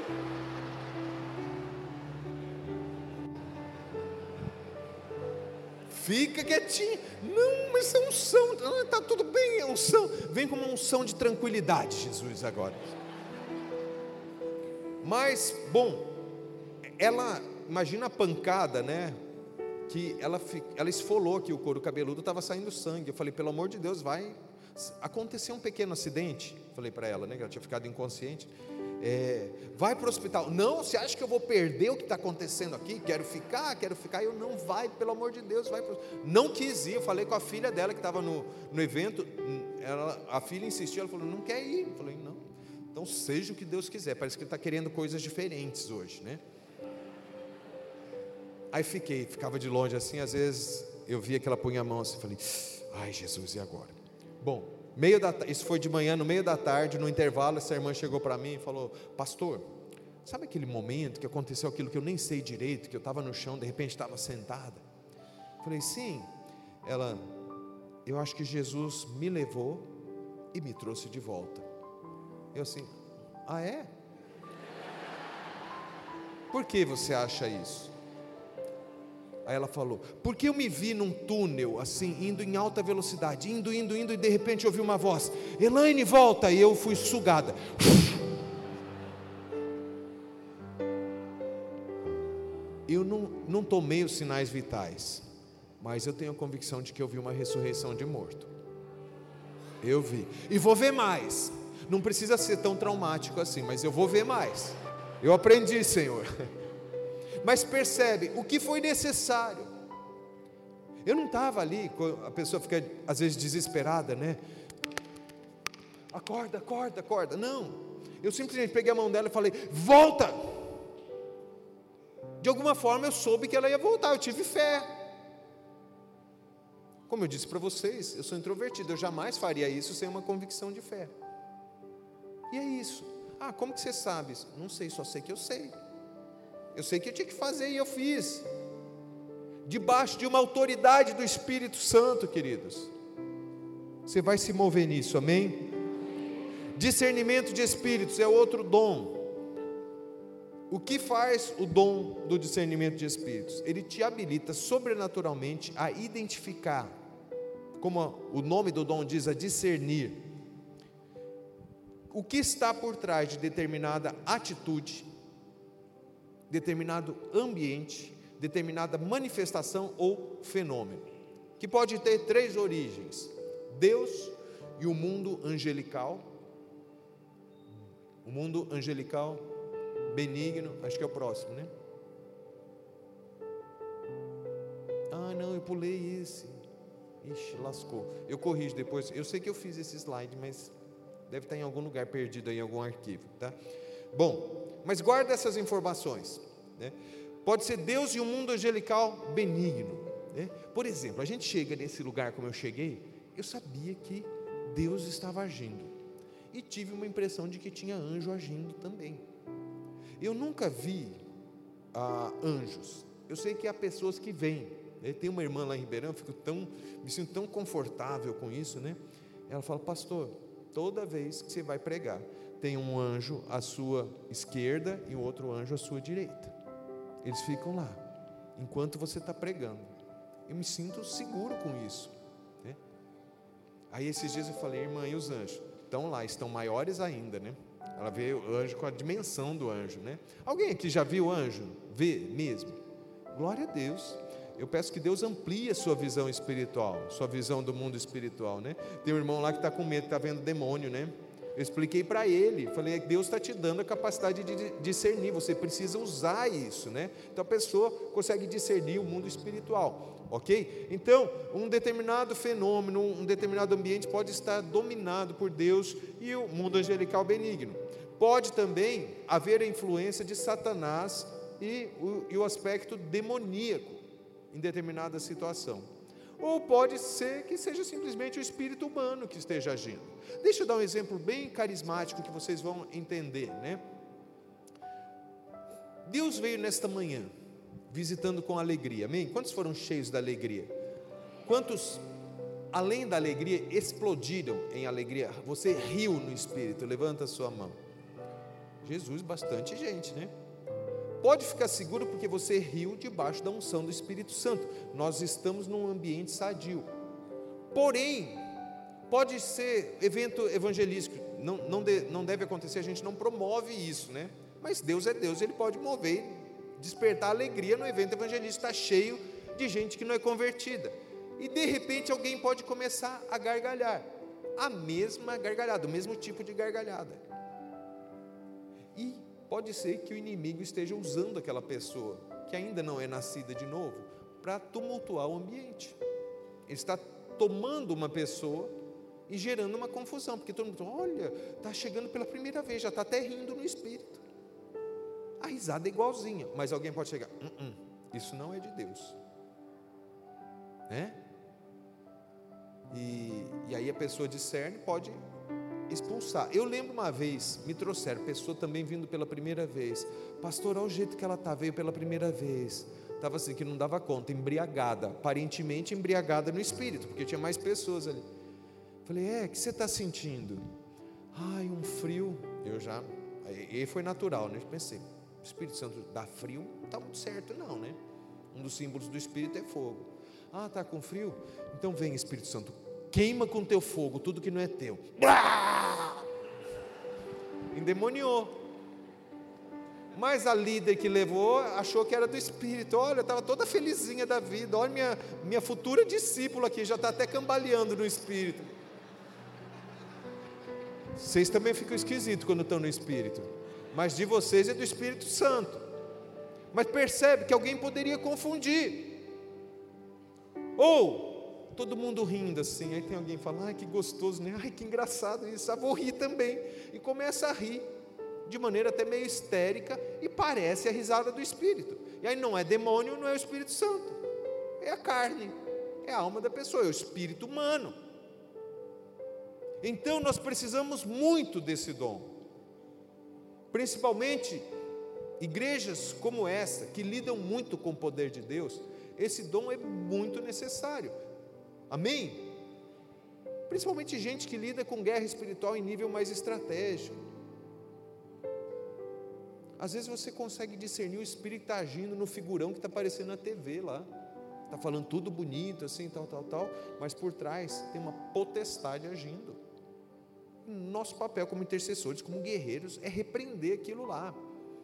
Fica quietinho. Não, mas é unção, está tudo bem, é unção. Vem com uma unção de tranquilidade, Jesus, agora. Mas, bom, ela, imagina a pancada, né? Que ela, ela esfolou aqui o couro cabeludo, estava saindo sangue. Eu falei: pelo amor de Deus, vai acontecer um pequeno acidente. Falei para ela, né, que ela tinha ficado inconsciente. É, vai para o hospital. Não, você acha que eu vou perder o que está acontecendo aqui? Quero ficar, quero ficar. Eu não, vai, pelo amor de Deus, vai pro... Não quis ir. Eu falei com a filha dela que estava no, no evento. Ela, a filha insistiu, ela falou: não quer ir. Eu falei: não. Então seja o que Deus quiser. Parece que ele está querendo coisas diferentes hoje, né? Aí fiquei, ficava de longe assim. Às vezes eu via que ela punha a mão assim, falei: ai Jesus, e agora? Bom, meio da, isso foi de manhã, no meio da tarde, no intervalo, essa irmã chegou para mim e falou: pastor, sabe aquele momento que aconteceu aquilo que eu nem sei direito, que eu estava no chão, de repente estava sentada? Falei: sim. Ela: eu acho que Jesus me levou e me trouxe de volta. Eu assim: ah é? Por que você acha isso? Aí ela falou: porque eu me vi num túnel assim, indo em alta velocidade, indo, indo, indo, e de repente eu ouvi uma voz: Elaine, volta. E eu fui sugada. Eu não, não tomei os sinais vitais, mas eu tenho a convicção de que eu vi uma ressurreição de morto. Eu vi, e vou ver mais. Não precisa ser tão traumático assim, mas eu vou ver mais. Eu aprendi, Senhor. Mas percebe, o que foi necessário. Eu não estava ali, a pessoa fica às vezes desesperada, né? Acorda, acorda, acorda. Não, eu simplesmente peguei a mão dela e falei: volta. De alguma forma eu soube que ela ia voltar, eu tive fé. Como eu disse para vocês, eu sou introvertido, eu jamais faria isso sem uma convicção de fé. E é isso. Ah, como que você sabe isso? Não sei, só sei que eu sei. Eu sei que eu tinha que fazer e eu fiz, debaixo de uma autoridade do Espírito Santo, queridos. Você vai se mover nisso, amém? Discernimento de espíritos é outro dom. O que faz o dom do discernimento de espíritos? Ele te habilita sobrenaturalmente a identificar, como o nome do dom diz, a discernir, o que está por trás de determinada atitude, determinado ambiente, determinada manifestação ou fenômeno, que pode ter três origens: Deus e o mundo angelical. O mundo angelical benigno, acho que é o próximo, né? Ah, não, eu pulei esse. Ixi, lascou. Eu corrijo depois. Eu sei que eu fiz esse slide, mas deve estar em algum lugar perdido aí, em algum arquivo, tá? Bom, mas guarda essas informações, né? Pode ser Deus e um mundo angelical benigno, né? Por exemplo, a gente chega nesse lugar como eu cheguei, eu sabia que Deus estava agindo, e tive uma impressão de que tinha anjo agindo também. Eu nunca vi ah, anjos. Eu sei que há pessoas que vêm, né? Tem uma irmã lá em Ribeirão, eu fico tão, me sinto tão confortável com isso, né? Ela fala: pastor, toda vez que você vai pregar, tem um anjo à sua esquerda e um outro anjo à sua direita. Eles ficam lá enquanto você está pregando. Eu me sinto seguro com isso, né? Aí esses dias eu falei: irmã, e os anjos? Estão lá, estão maiores ainda, né? Ela vê o anjo com a dimensão do anjo, né? Alguém aqui já viu o anjo? Vê mesmo? Glória a Deus. Eu peço que Deus amplie a sua visão espiritual, sua visão do mundo espiritual, né? Tem um irmão lá que está com medo, está vendo demônio, né? Eu expliquei para ele, falei: Deus está te dando a capacidade de discernir, você precisa usar isso, né? Então a pessoa consegue discernir o mundo espiritual, ok? Então, um determinado fenômeno, um determinado ambiente pode estar dominado por Deus e o mundo angelical benigno. Pode também haver a influência de Satanás e o, e o aspecto demoníaco em determinada situação. Ou pode ser que seja simplesmente o espírito humano que esteja agindo. Deixa eu dar um exemplo bem carismático que vocês vão entender, né? Deus veio nesta manhã, visitando com alegria, amém? Quantos foram cheios da alegria? Quantos, além da alegria, explodiram em alegria? Você riu no espírito, levanta a sua mão. Jesus, bastante gente, né? Pode ficar seguro porque você riu debaixo da unção do Espírito Santo. Nós estamos num ambiente sadio. Porém, pode ser evento evangelístico, não, não, de, não deve acontecer, a gente não promove isso, né? Mas Deus é Deus, Ele pode mover, despertar alegria no evento evangelístico, está cheio de gente que não é convertida. E de repente alguém pode começar a gargalhar, a mesma gargalhada, o mesmo tipo de gargalhada. E pode ser que o inimigo esteja usando aquela pessoa, que ainda não é nascida de novo, para tumultuar o ambiente. Ele está tomando uma pessoa e gerando uma confusão, porque todo mundo, olha, está chegando pela primeira vez, já está até rindo no espírito. A risada é igualzinha, mas alguém pode chegar, uh-uh, isso não é de Deus, né? E, e aí a pessoa discerne, pode expulsar. Eu lembro uma vez, me trouxeram, pessoa também vindo pela primeira vez, pastor, olha o jeito que ela está, veio pela primeira vez, estava assim, que não dava conta, embriagada, aparentemente embriagada no espírito, porque tinha mais pessoas ali. Falei, é, o que você está sentindo? Ai, um frio. Eu já, aí foi natural, né? Eu pensei, o Espírito Santo dá frio, não está muito certo não, né? Um dos símbolos do Espírito é fogo. Ah, está com frio? Então vem, Espírito Santo, queima com teu fogo tudo que não é teu. Endemoniou. Mas a líder que levou achou que era do Espírito. Olha, eu estava toda felizinha da vida. Olha, minha, minha futura discípula aqui já está até cambaleando no Espírito. Vocês também ficam esquisitos quando estão no Espírito, mas de vocês é do Espírito Santo. Mas percebe que alguém poderia confundir. Ou todo mundo rindo assim, aí tem alguém que fala, ai que gostoso, né? Ai que engraçado isso, ah, vou rir também. E começa a rir, de maneira até meio histérica, e parece a risada do Espírito. E aí não é demônio, não é o Espírito Santo, é a carne, é a alma da pessoa, é o espírito humano. Então nós precisamos muito desse dom, principalmente igrejas como essa, que lidam muito com o poder de Deus. Esse dom é muito necessário, amém? Principalmente gente que lida com guerra espiritual em nível mais estratégico. Às vezes você consegue discernir o espírito que está agindo no figurão que está aparecendo na T V lá, está falando tudo bonito assim, tal, tal, tal, mas por trás tem uma potestade agindo. Nosso papel como intercessores, como guerreiros, é repreender aquilo lá.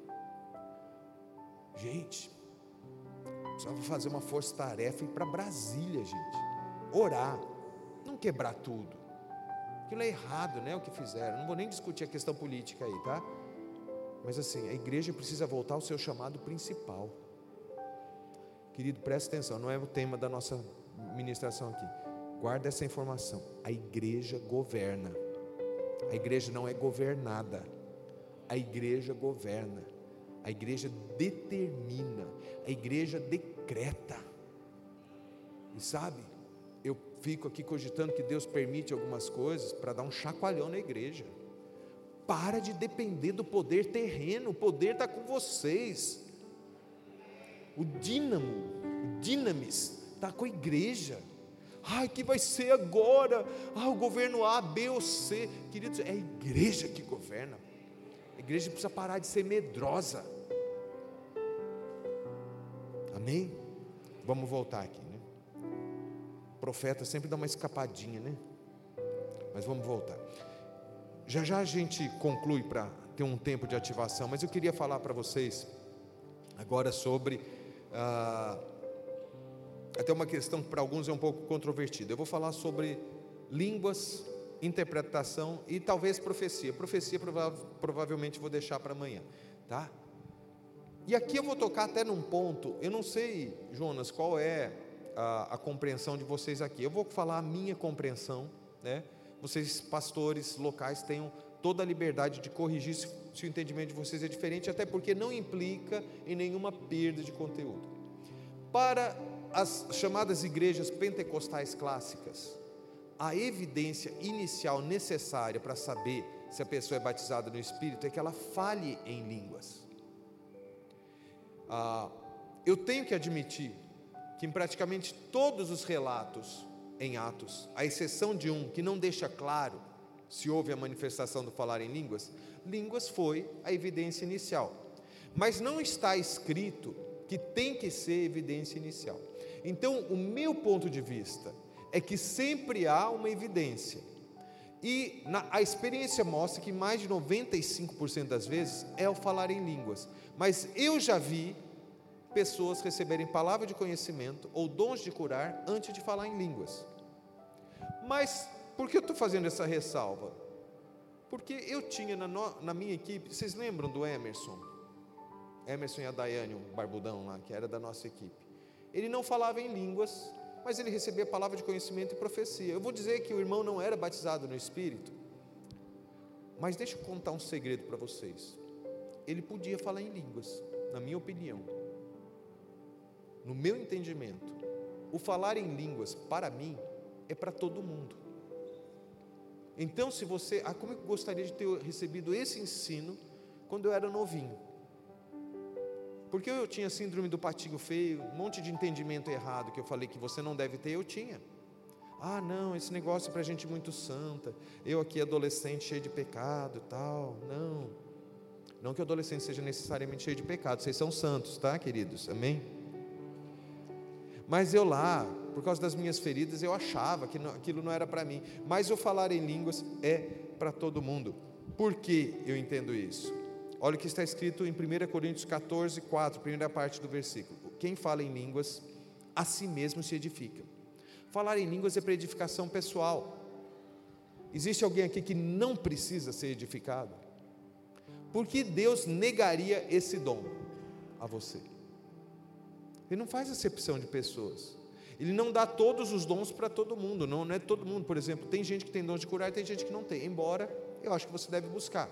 Gente, só vou fazer uma força-tarefa e ir para Brasília, gente, orar, não quebrar tudo. Aquilo é errado, né, o que fizeram. Não vou nem discutir a questão política aí, tá? Mas assim, a igreja precisa voltar ao seu chamado principal. Querido, presta atenção, não é o tema da nossa ministração aqui. Guarda essa informação. A igreja governa. A igreja não é governada. A igreja governa. A igreja determina. A igreja decreta. E sabe, eu fico aqui cogitando que Deus permite algumas coisas para dar um chacoalhão na igreja. Para de depender do poder terreno, o poder está com vocês. O dínamo, o dinamis, está com a igreja. Ai, que vai ser agora? Ah, o governo A, B ou C. Queridos, é a igreja que governa. A igreja precisa parar de ser medrosa. Amém? Vamos voltar aqui, né? O profeta sempre dá uma escapadinha, né? Mas vamos voltar. Já já a gente conclui para ter um tempo de ativação, mas eu queria falar para vocês agora sobre ah, até uma questão que para alguns é um pouco controvertida. Eu vou falar sobre línguas, interpretação e talvez profecia. Profecia prova- provavelmente vou deixar para amanhã, tá? E aqui eu vou tocar até num ponto, eu não sei, Jonas, qual é a, a compreensão de vocês aqui. Eu vou falar a minha compreensão, né? Vocês, pastores locais, tenham toda a liberdade de corrigir se, se o entendimento de vocês é diferente, até porque não implica em nenhuma perda de conteúdo. Para as chamadas igrejas pentecostais clássicas, a evidência inicial necessária para saber se a pessoa é batizada no Espírito é que ela fale em línguas. Ah, eu tenho que admitir que em praticamente todos os relatos em Atos, à exceção de um que não deixa claro se houve a manifestação do falar em línguas, línguas foi a evidência inicial, mas não está escrito que tem que ser evidência inicial. Então, o meu ponto de vista é que sempre há uma evidência, e na, a experiência mostra que mais de noventa e cinco por cento das vezes é o falar em línguas, mas eu já vi pessoas receberem palavra de conhecimento ou dons de curar antes de falar em línguas. Mas por que eu estou fazendo essa ressalva? Porque eu tinha na, no, na minha equipe, vocês lembram do Emerson? Emerson e a Daiane, o barbudão lá, que era da nossa equipe. Ele não falava em línguas, mas ele recebia palavra de conhecimento e profecia. Eu vou dizer que o irmão não era batizado no Espírito, mas deixa eu contar um segredo para vocês. Ele podia falar em línguas, na minha opinião. No meu entendimento, o falar em línguas, para mim, é para todo mundo. Então, se você... Ah, como eu gostaria de ter recebido esse ensino quando eu era novinho. Porque eu tinha síndrome do patinho feio, um monte de entendimento errado que eu falei que você não deve ter, eu tinha. Ah, não, esse negócio é para gente muito santa. Eu aqui adolescente cheio de pecado e tal. Não. Não que o adolescente seja necessariamente cheio de pecado. Vocês são santos, tá, queridos? Amém? Mas eu lá, por causa das minhas feridas, eu achava que não, aquilo não era para mim. Mas o falar em línguas é para todo mundo. Por que eu entendo isso? Olha o que está escrito em primeira Coríntios catorze, quatro, primeira parte do versículo. Quem fala em línguas, a si mesmo se edifica. Falar em línguas é para edificação pessoal. Existe alguém aqui que não precisa ser edificado? Por que Deus negaria esse dom a você? Ele não faz acepção de pessoas. Ele não dá todos os dons para todo mundo. Não, não é todo mundo. Por exemplo, tem gente que tem dons de curar e tem gente que não tem. Embora eu acho que você deve buscar.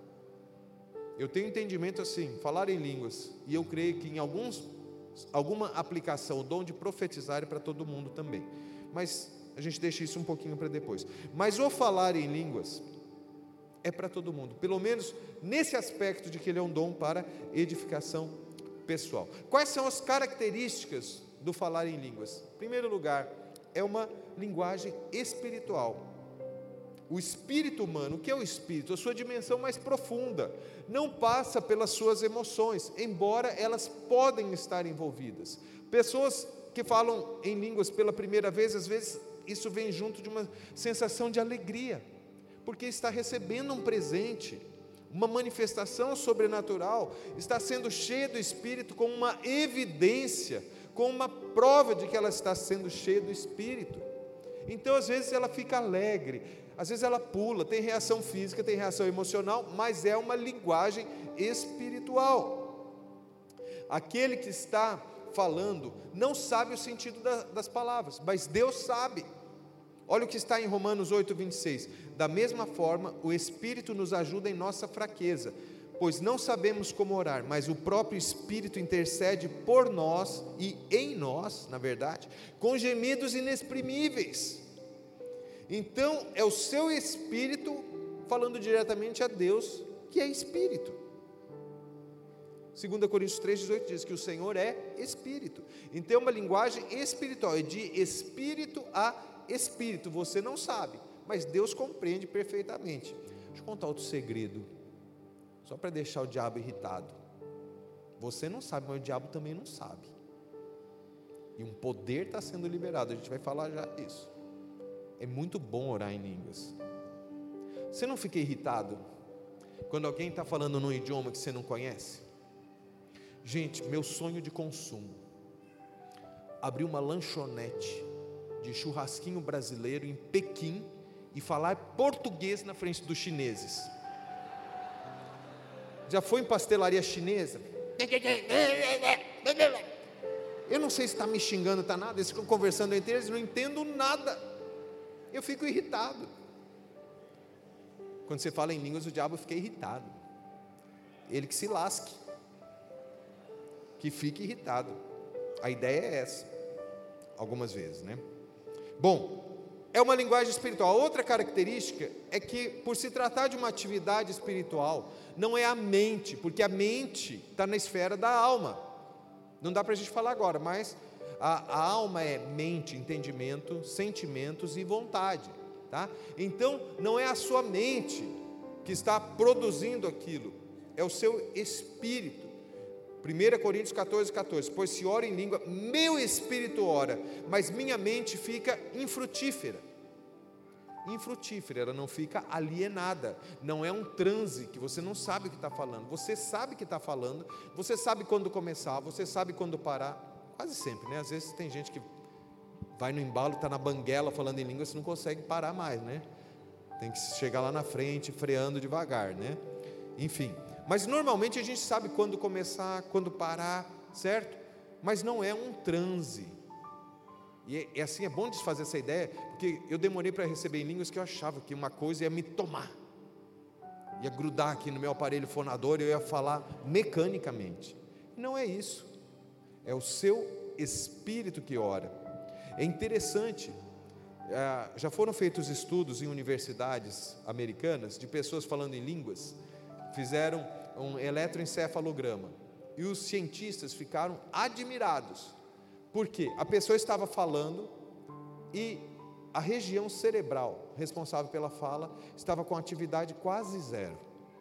Eu tenho entendimento assim, falar em línguas, e eu creio que em alguns, alguma aplicação, o dom de profetizar é para todo mundo também, mas a gente deixa isso um pouquinho para depois. Mas o falar em línguas é para todo mundo, pelo menos nesse aspecto de que ele é um dom para edificação pessoal. Quais são as características do falar em línguas? Em primeiro lugar, é uma linguagem espiritual. O espírito humano, o que é o espírito? A sua dimensão mais profunda, não passa pelas suas emoções, embora elas podem estar envolvidas. Pessoas que falam em línguas pela primeira vez, às vezes isso vem junto de uma sensação de alegria, porque está recebendo um presente, uma manifestação sobrenatural, está sendo cheia do Espírito com uma evidência, com uma prova de que ela está sendo cheia do Espírito. Então às vezes ela fica alegre, às vezes ela pula, tem reação física, tem reação emocional, mas é uma linguagem espiritual. Aquele que está falando não sabe o sentido da, das palavras, mas Deus sabe. Olha o que está em Romanos oito, vinte e seis. Da mesma forma, o Espírito nos ajuda em nossa fraqueza, pois não sabemos como orar, mas o próprio Espírito intercede por nós e em nós, na verdade, com gemidos inexprimíveis. Então, é o seu Espírito falando diretamente a Deus, que é Espírito. segunda Coríntios três, dezoito diz que o Senhor é Espírito. Então, é uma linguagem espiritual, é de Espírito a Espírito. Você não sabe, mas Deus compreende perfeitamente. Deixa eu contar outro segredo, só para deixar o diabo irritado. Você não sabe, mas o diabo também não sabe. E um poder está sendo liberado, a gente vai falar já isso. é muito bom orar em línguas. Você não fica irritado quando alguém está falando num idioma que você não conhece? Gente, meu sonho de consumo: abrir uma lanchonete de churrasquinho brasileiro em Pequim e falar português na frente dos chineses. Já foi em pastelaria chinesa? Eu não sei se está me xingando, está nada, eles ficam conversando entre eles, não entendo nada, eu fico irritado. Quando você fala em línguas, o diabo fica irritado, ele que se lasque, que fique irritado. A ideia é essa, algumas vezes, né? Bom, é uma linguagem espiritual. Outra característica é que, por se tratar de uma atividade espiritual, não é a mente, porque a mente está na esfera da alma. Não dá para a gente falar agora, mas a, a alma é mente, entendimento, sentimentos e vontade, tá? Então, não é a sua mente que está produzindo aquilo, é o seu espírito. primeira Coríntios catorze, catorze, pois se ora em língua, meu espírito ora, mas minha mente fica infrutífera. Infrutífera, ela não fica alienada, não é um transe que você não sabe o que está falando, você sabe que está falando, você sabe quando começar, você sabe quando parar, quase sempre, né? Às vezes tem gente que vai no embalo, está na banguela falando em língua, você não consegue parar mais, né? Tem que chegar lá na frente, freando devagar, né? Enfim, mas normalmente a gente sabe quando começar, quando parar, certo? Mas não é um transe. E é assim, é bom desfazer essa ideia, porque eu demorei para receber em línguas que eu achava que uma coisa ia me tomar, ia grudar aqui no meu aparelho fonador e eu ia falar mecanicamente. Não é isso, é o seu espírito que ora. É interessante, já foram feitos estudos em universidades americanas de pessoas falando em línguas, fizeram um eletroencefalograma e os cientistas ficaram admirados, porque a pessoa estava falando e a região cerebral responsável pela fala estava com atividade quase zero.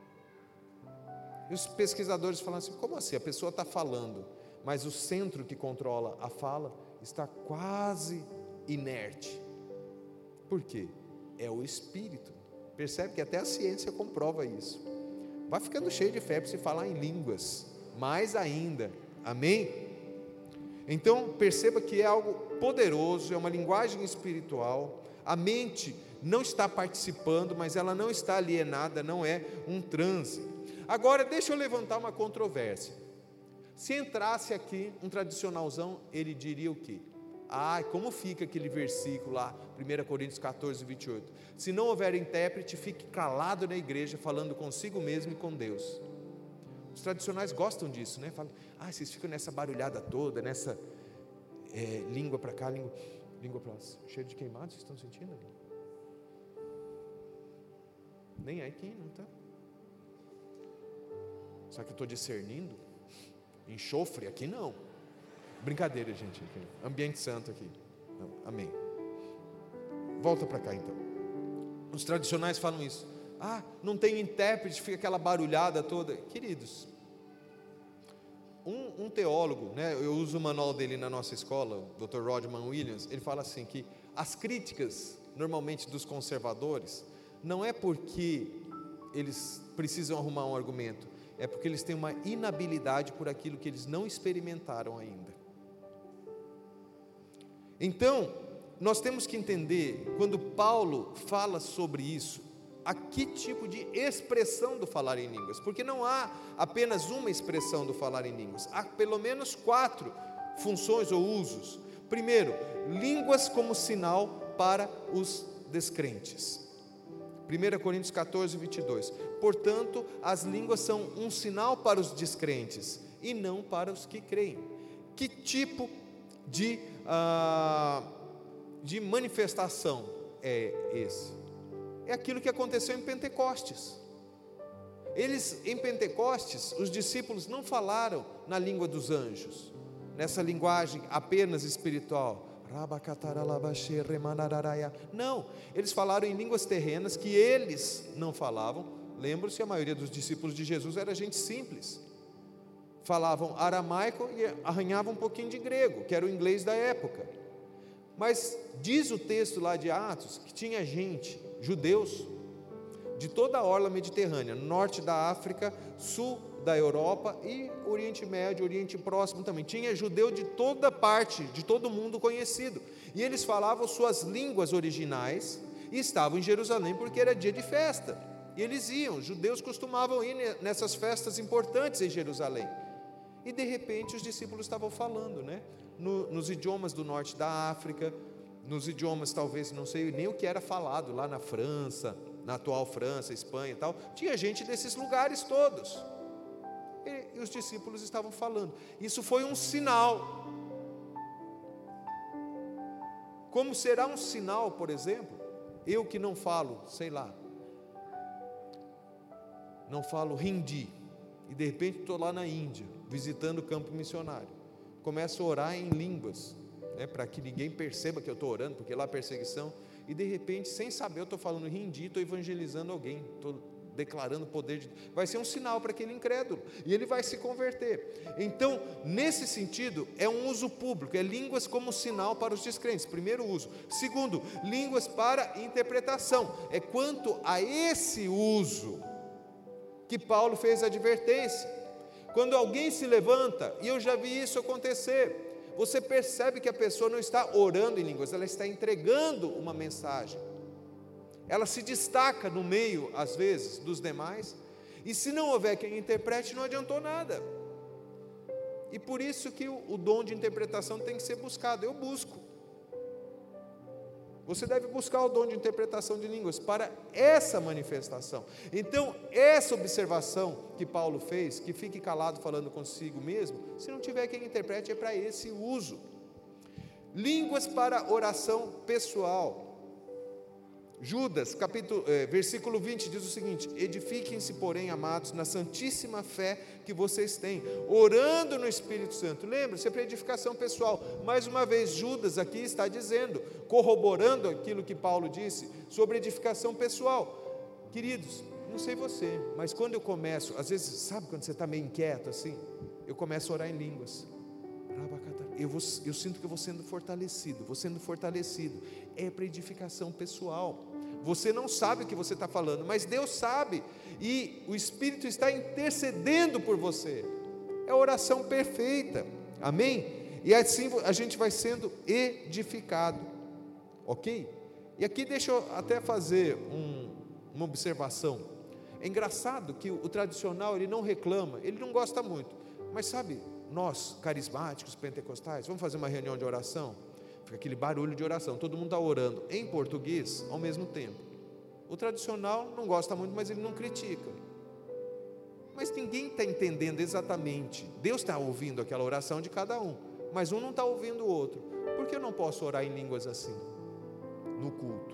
E os pesquisadores falaram assim: como assim? A pessoa está falando, mas o centro que controla a fala está quase inerte. Por quê? É o espírito. Percebe que até a ciência comprova isso. Vai ficando cheio de fé para se falar em línguas, mais ainda, amém? Então perceba que é algo poderoso, é uma linguagem espiritual, a mente não está participando, mas ela não está alienada, não é um transe. Agora deixa eu levantar uma controvérsia. Se entrasse aqui um tradicionalzão, ele diria o quê? Ah, como fica aquele versículo lá, primeira Coríntios catorze, vinte e oito, se não houver intérprete, fique calado na igreja, falando consigo mesmo e com Deus. Os tradicionais gostam disso, né? Falam: ah, vocês ficam nessa barulhada toda, nessa é, língua para cá, língua, língua para lá, cheio de queimados, vocês estão sentindo? Nem aqui, não está? Será que eu estou discernindo? Enxofre aqui não. Brincadeira, gente, aqui. Ambiente santo aqui. Não, amém. Volta para cá então. Os tradicionais falam isso. Ah, não tem intérprete, fica aquela barulhada toda. Queridos, um, um teólogo, né, eu uso o manual dele na nossa escola, o doutor Rodman Williams, ele fala assim que as críticas, normalmente dos conservadores, não é porque eles precisam arrumar um argumento, é porque eles têm uma inabilidade por aquilo que eles não experimentaram ainda. Então, nós temos que entender, quando Paulo fala sobre isso, a que tipo de expressão do falar em línguas, porque não há apenas uma expressão do falar em línguas, há pelo menos quatro funções ou usos. Primeiro, línguas como sinal para os descrentes. primeira Coríntios catorze, vinte e dois, portanto, as línguas são um sinal para os descrentes e não para os que creem. Que tipo de, ah, de manifestação é esse? É aquilo que aconteceu em Pentecostes. Eles, em Pentecostes, os discípulos não falaram na língua dos anjos, nessa linguagem apenas espiritual. Não, eles falaram em línguas terrenas que eles não falavam. Lembram-se, a maioria dos discípulos de Jesus era gente simples, falavam aramaico e arranhavam um pouquinho de grego, que era o inglês da época. Mas diz o texto lá de Atos que tinha gente, judeus, de toda a orla mediterrânea, norte da África, sul da Europa e Oriente Médio, Oriente Próximo também. Tinha judeu de toda parte, de todo mundo conhecido. E eles falavam suas línguas originais e estavam em Jerusalém porque era dia de festa. E eles iam, os judeus costumavam ir nessas festas importantes em Jerusalém. E de repente os discípulos estavam falando, né? No, nos idiomas do norte da África, nos idiomas talvez, não sei nem o que era falado lá na França, na atual França, Espanha e tal. Tinha gente desses lugares todos. E, e os discípulos estavam falando. Isso foi um sinal. Como será um sinal, por exemplo, eu que não falo, sei lá, não falo hindi, e de repente estou lá na Índia, visitando o campo missionário, começo a orar em línguas, né, para que ninguém perceba que eu estou orando, porque lá a perseguição, e de repente, sem saber, eu estou falando hindi, estou evangelizando alguém, estou declarando o poder de Deus. Vai ser um sinal para aquele incrédulo, e ele vai se converter. Então, nesse sentido, é um uso público, é línguas como sinal para os descrentes, primeiro uso. Segundo, línguas para interpretação, é quanto a esse uso que Paulo fez a advertência. Quando alguém se levanta, e eu já vi isso acontecer, você percebe que a pessoa não está orando em línguas, ela está entregando uma mensagem, ela se destaca no meio, às vezes, dos demais, e se não houver quem interprete, não adiantou nada. E por isso que o, o dom de interpretação tem que ser buscado. Eu busco. Você deve buscar o dom de interpretação de línguas para essa manifestação. Então, essa observação que Paulo fez, que fique calado falando consigo mesmo, se não tiver quem interprete, é para esse uso. Línguas para oração pessoal. Judas, capítulo, eh, versículo vinte, diz o seguinte: edifiquem-se, porém, amados, na santíssima fé que vocês têm, orando no Espírito Santo. Lembra-se, é para edificação pessoal. Mais uma vez, Judas aqui está dizendo, corroborando aquilo que Paulo disse, sobre edificação pessoal. Queridos, não sei você, mas quando eu começo, às vezes, sabe quando você está meio inquieto assim? Eu começo a orar em línguas. Eu, vou, eu sinto que eu vou sendo fortalecido, vou sendo fortalecido. É para edificação pessoal. Você não sabe o que você está falando, mas Deus sabe, e o Espírito está intercedendo por você. É a oração perfeita, amém? E assim a gente vai sendo edificado, ok? E aqui deixa eu até fazer um, uma observação. É engraçado que o, o tradicional, ele não reclama, ele não gosta muito, mas sabe, nós, carismáticos, pentecostais, vamos fazer uma reunião de oração? Fica aquele barulho de oração, todo mundo está orando em português ao mesmo tempo. O tradicional não gosta muito, mas ele não critica. Mas ninguém está entendendo exatamente. Deus está ouvindo aquela oração de cada um, mas um não está ouvindo o outro. Por que eu não posso orar em línguas assim, no culto?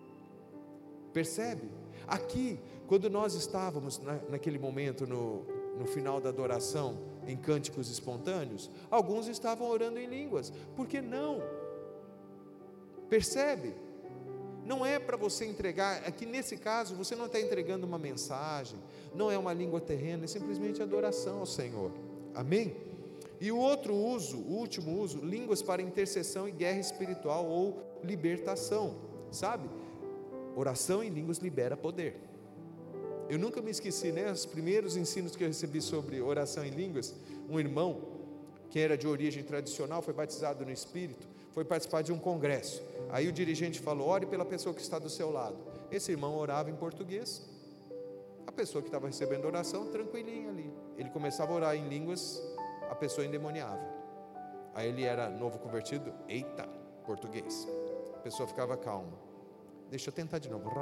Percebe? Aqui, quando nós estávamos na, naquele momento, no, no final da adoração, em cânticos espontâneos, alguns estavam orando em línguas. Por que não? Percebe? Não é para você entregar, aqui nesse caso você não está entregando uma mensagem, não é uma língua terrena, é simplesmente adoração ao Senhor, amém? E o outro uso, o último uso, línguas para intercessão e guerra espiritual ou libertação, sabe? Oração em línguas libera poder. Eu nunca me esqueci, né? Os primeiros ensinos que eu recebi sobre oração em línguas, um irmão que era de origem tradicional, foi batizado no Espírito, foi participar de um congresso. Aí o dirigente falou: ore pela pessoa que está do seu lado. Esse irmão orava em português, a pessoa que estava recebendo oração, tranquilinha ali. Ele começava a orar em línguas, a pessoa endemoniava. Aí ele era novo convertido, eita, português. A pessoa ficava calma. Deixa eu tentar de novo.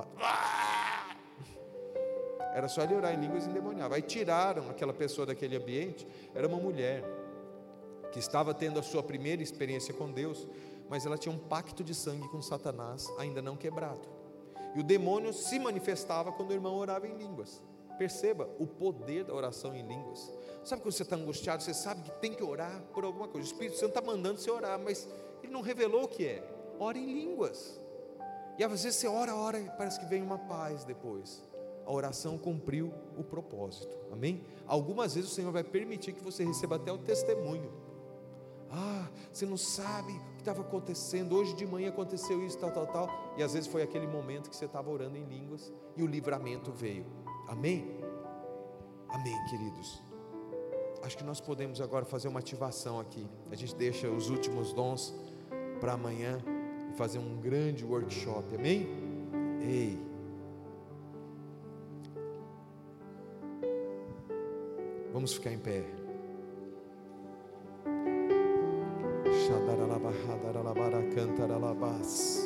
Era só ele orar em línguas e endemoniava. Aí tiraram aquela pessoa daquele ambiente. Era uma mulher que estava tendo a sua primeira experiência com Deus, mas ela tinha um pacto de sangue com Satanás ainda não quebrado, e o demônio se manifestava quando o irmão orava em línguas. Perceba o poder da oração em línguas. Sabe quando você está angustiado, você sabe que tem que orar por alguma coisa, o Espírito Santo está mandando você orar, mas ele não revelou o que é. Ora em línguas, e às vezes você ora, ora, e parece que vem uma paz depois. A oração cumpriu o propósito, amém? Algumas vezes o Senhor vai permitir que você receba até o testemunho. Ah, você não sabe o que estava acontecendo? Hoje de manhã aconteceu isso, tal, tal, tal. E às vezes foi aquele momento que você estava orando em línguas e o livramento veio. Amém? Amém, queridos. Acho que nós podemos agora fazer uma ativação aqui. A gente deixa os últimos dons para amanhã e fazer um grande workshop. Amém? Ei. Vamos ficar em pé. Shadaralabahadarabaracantaralavas.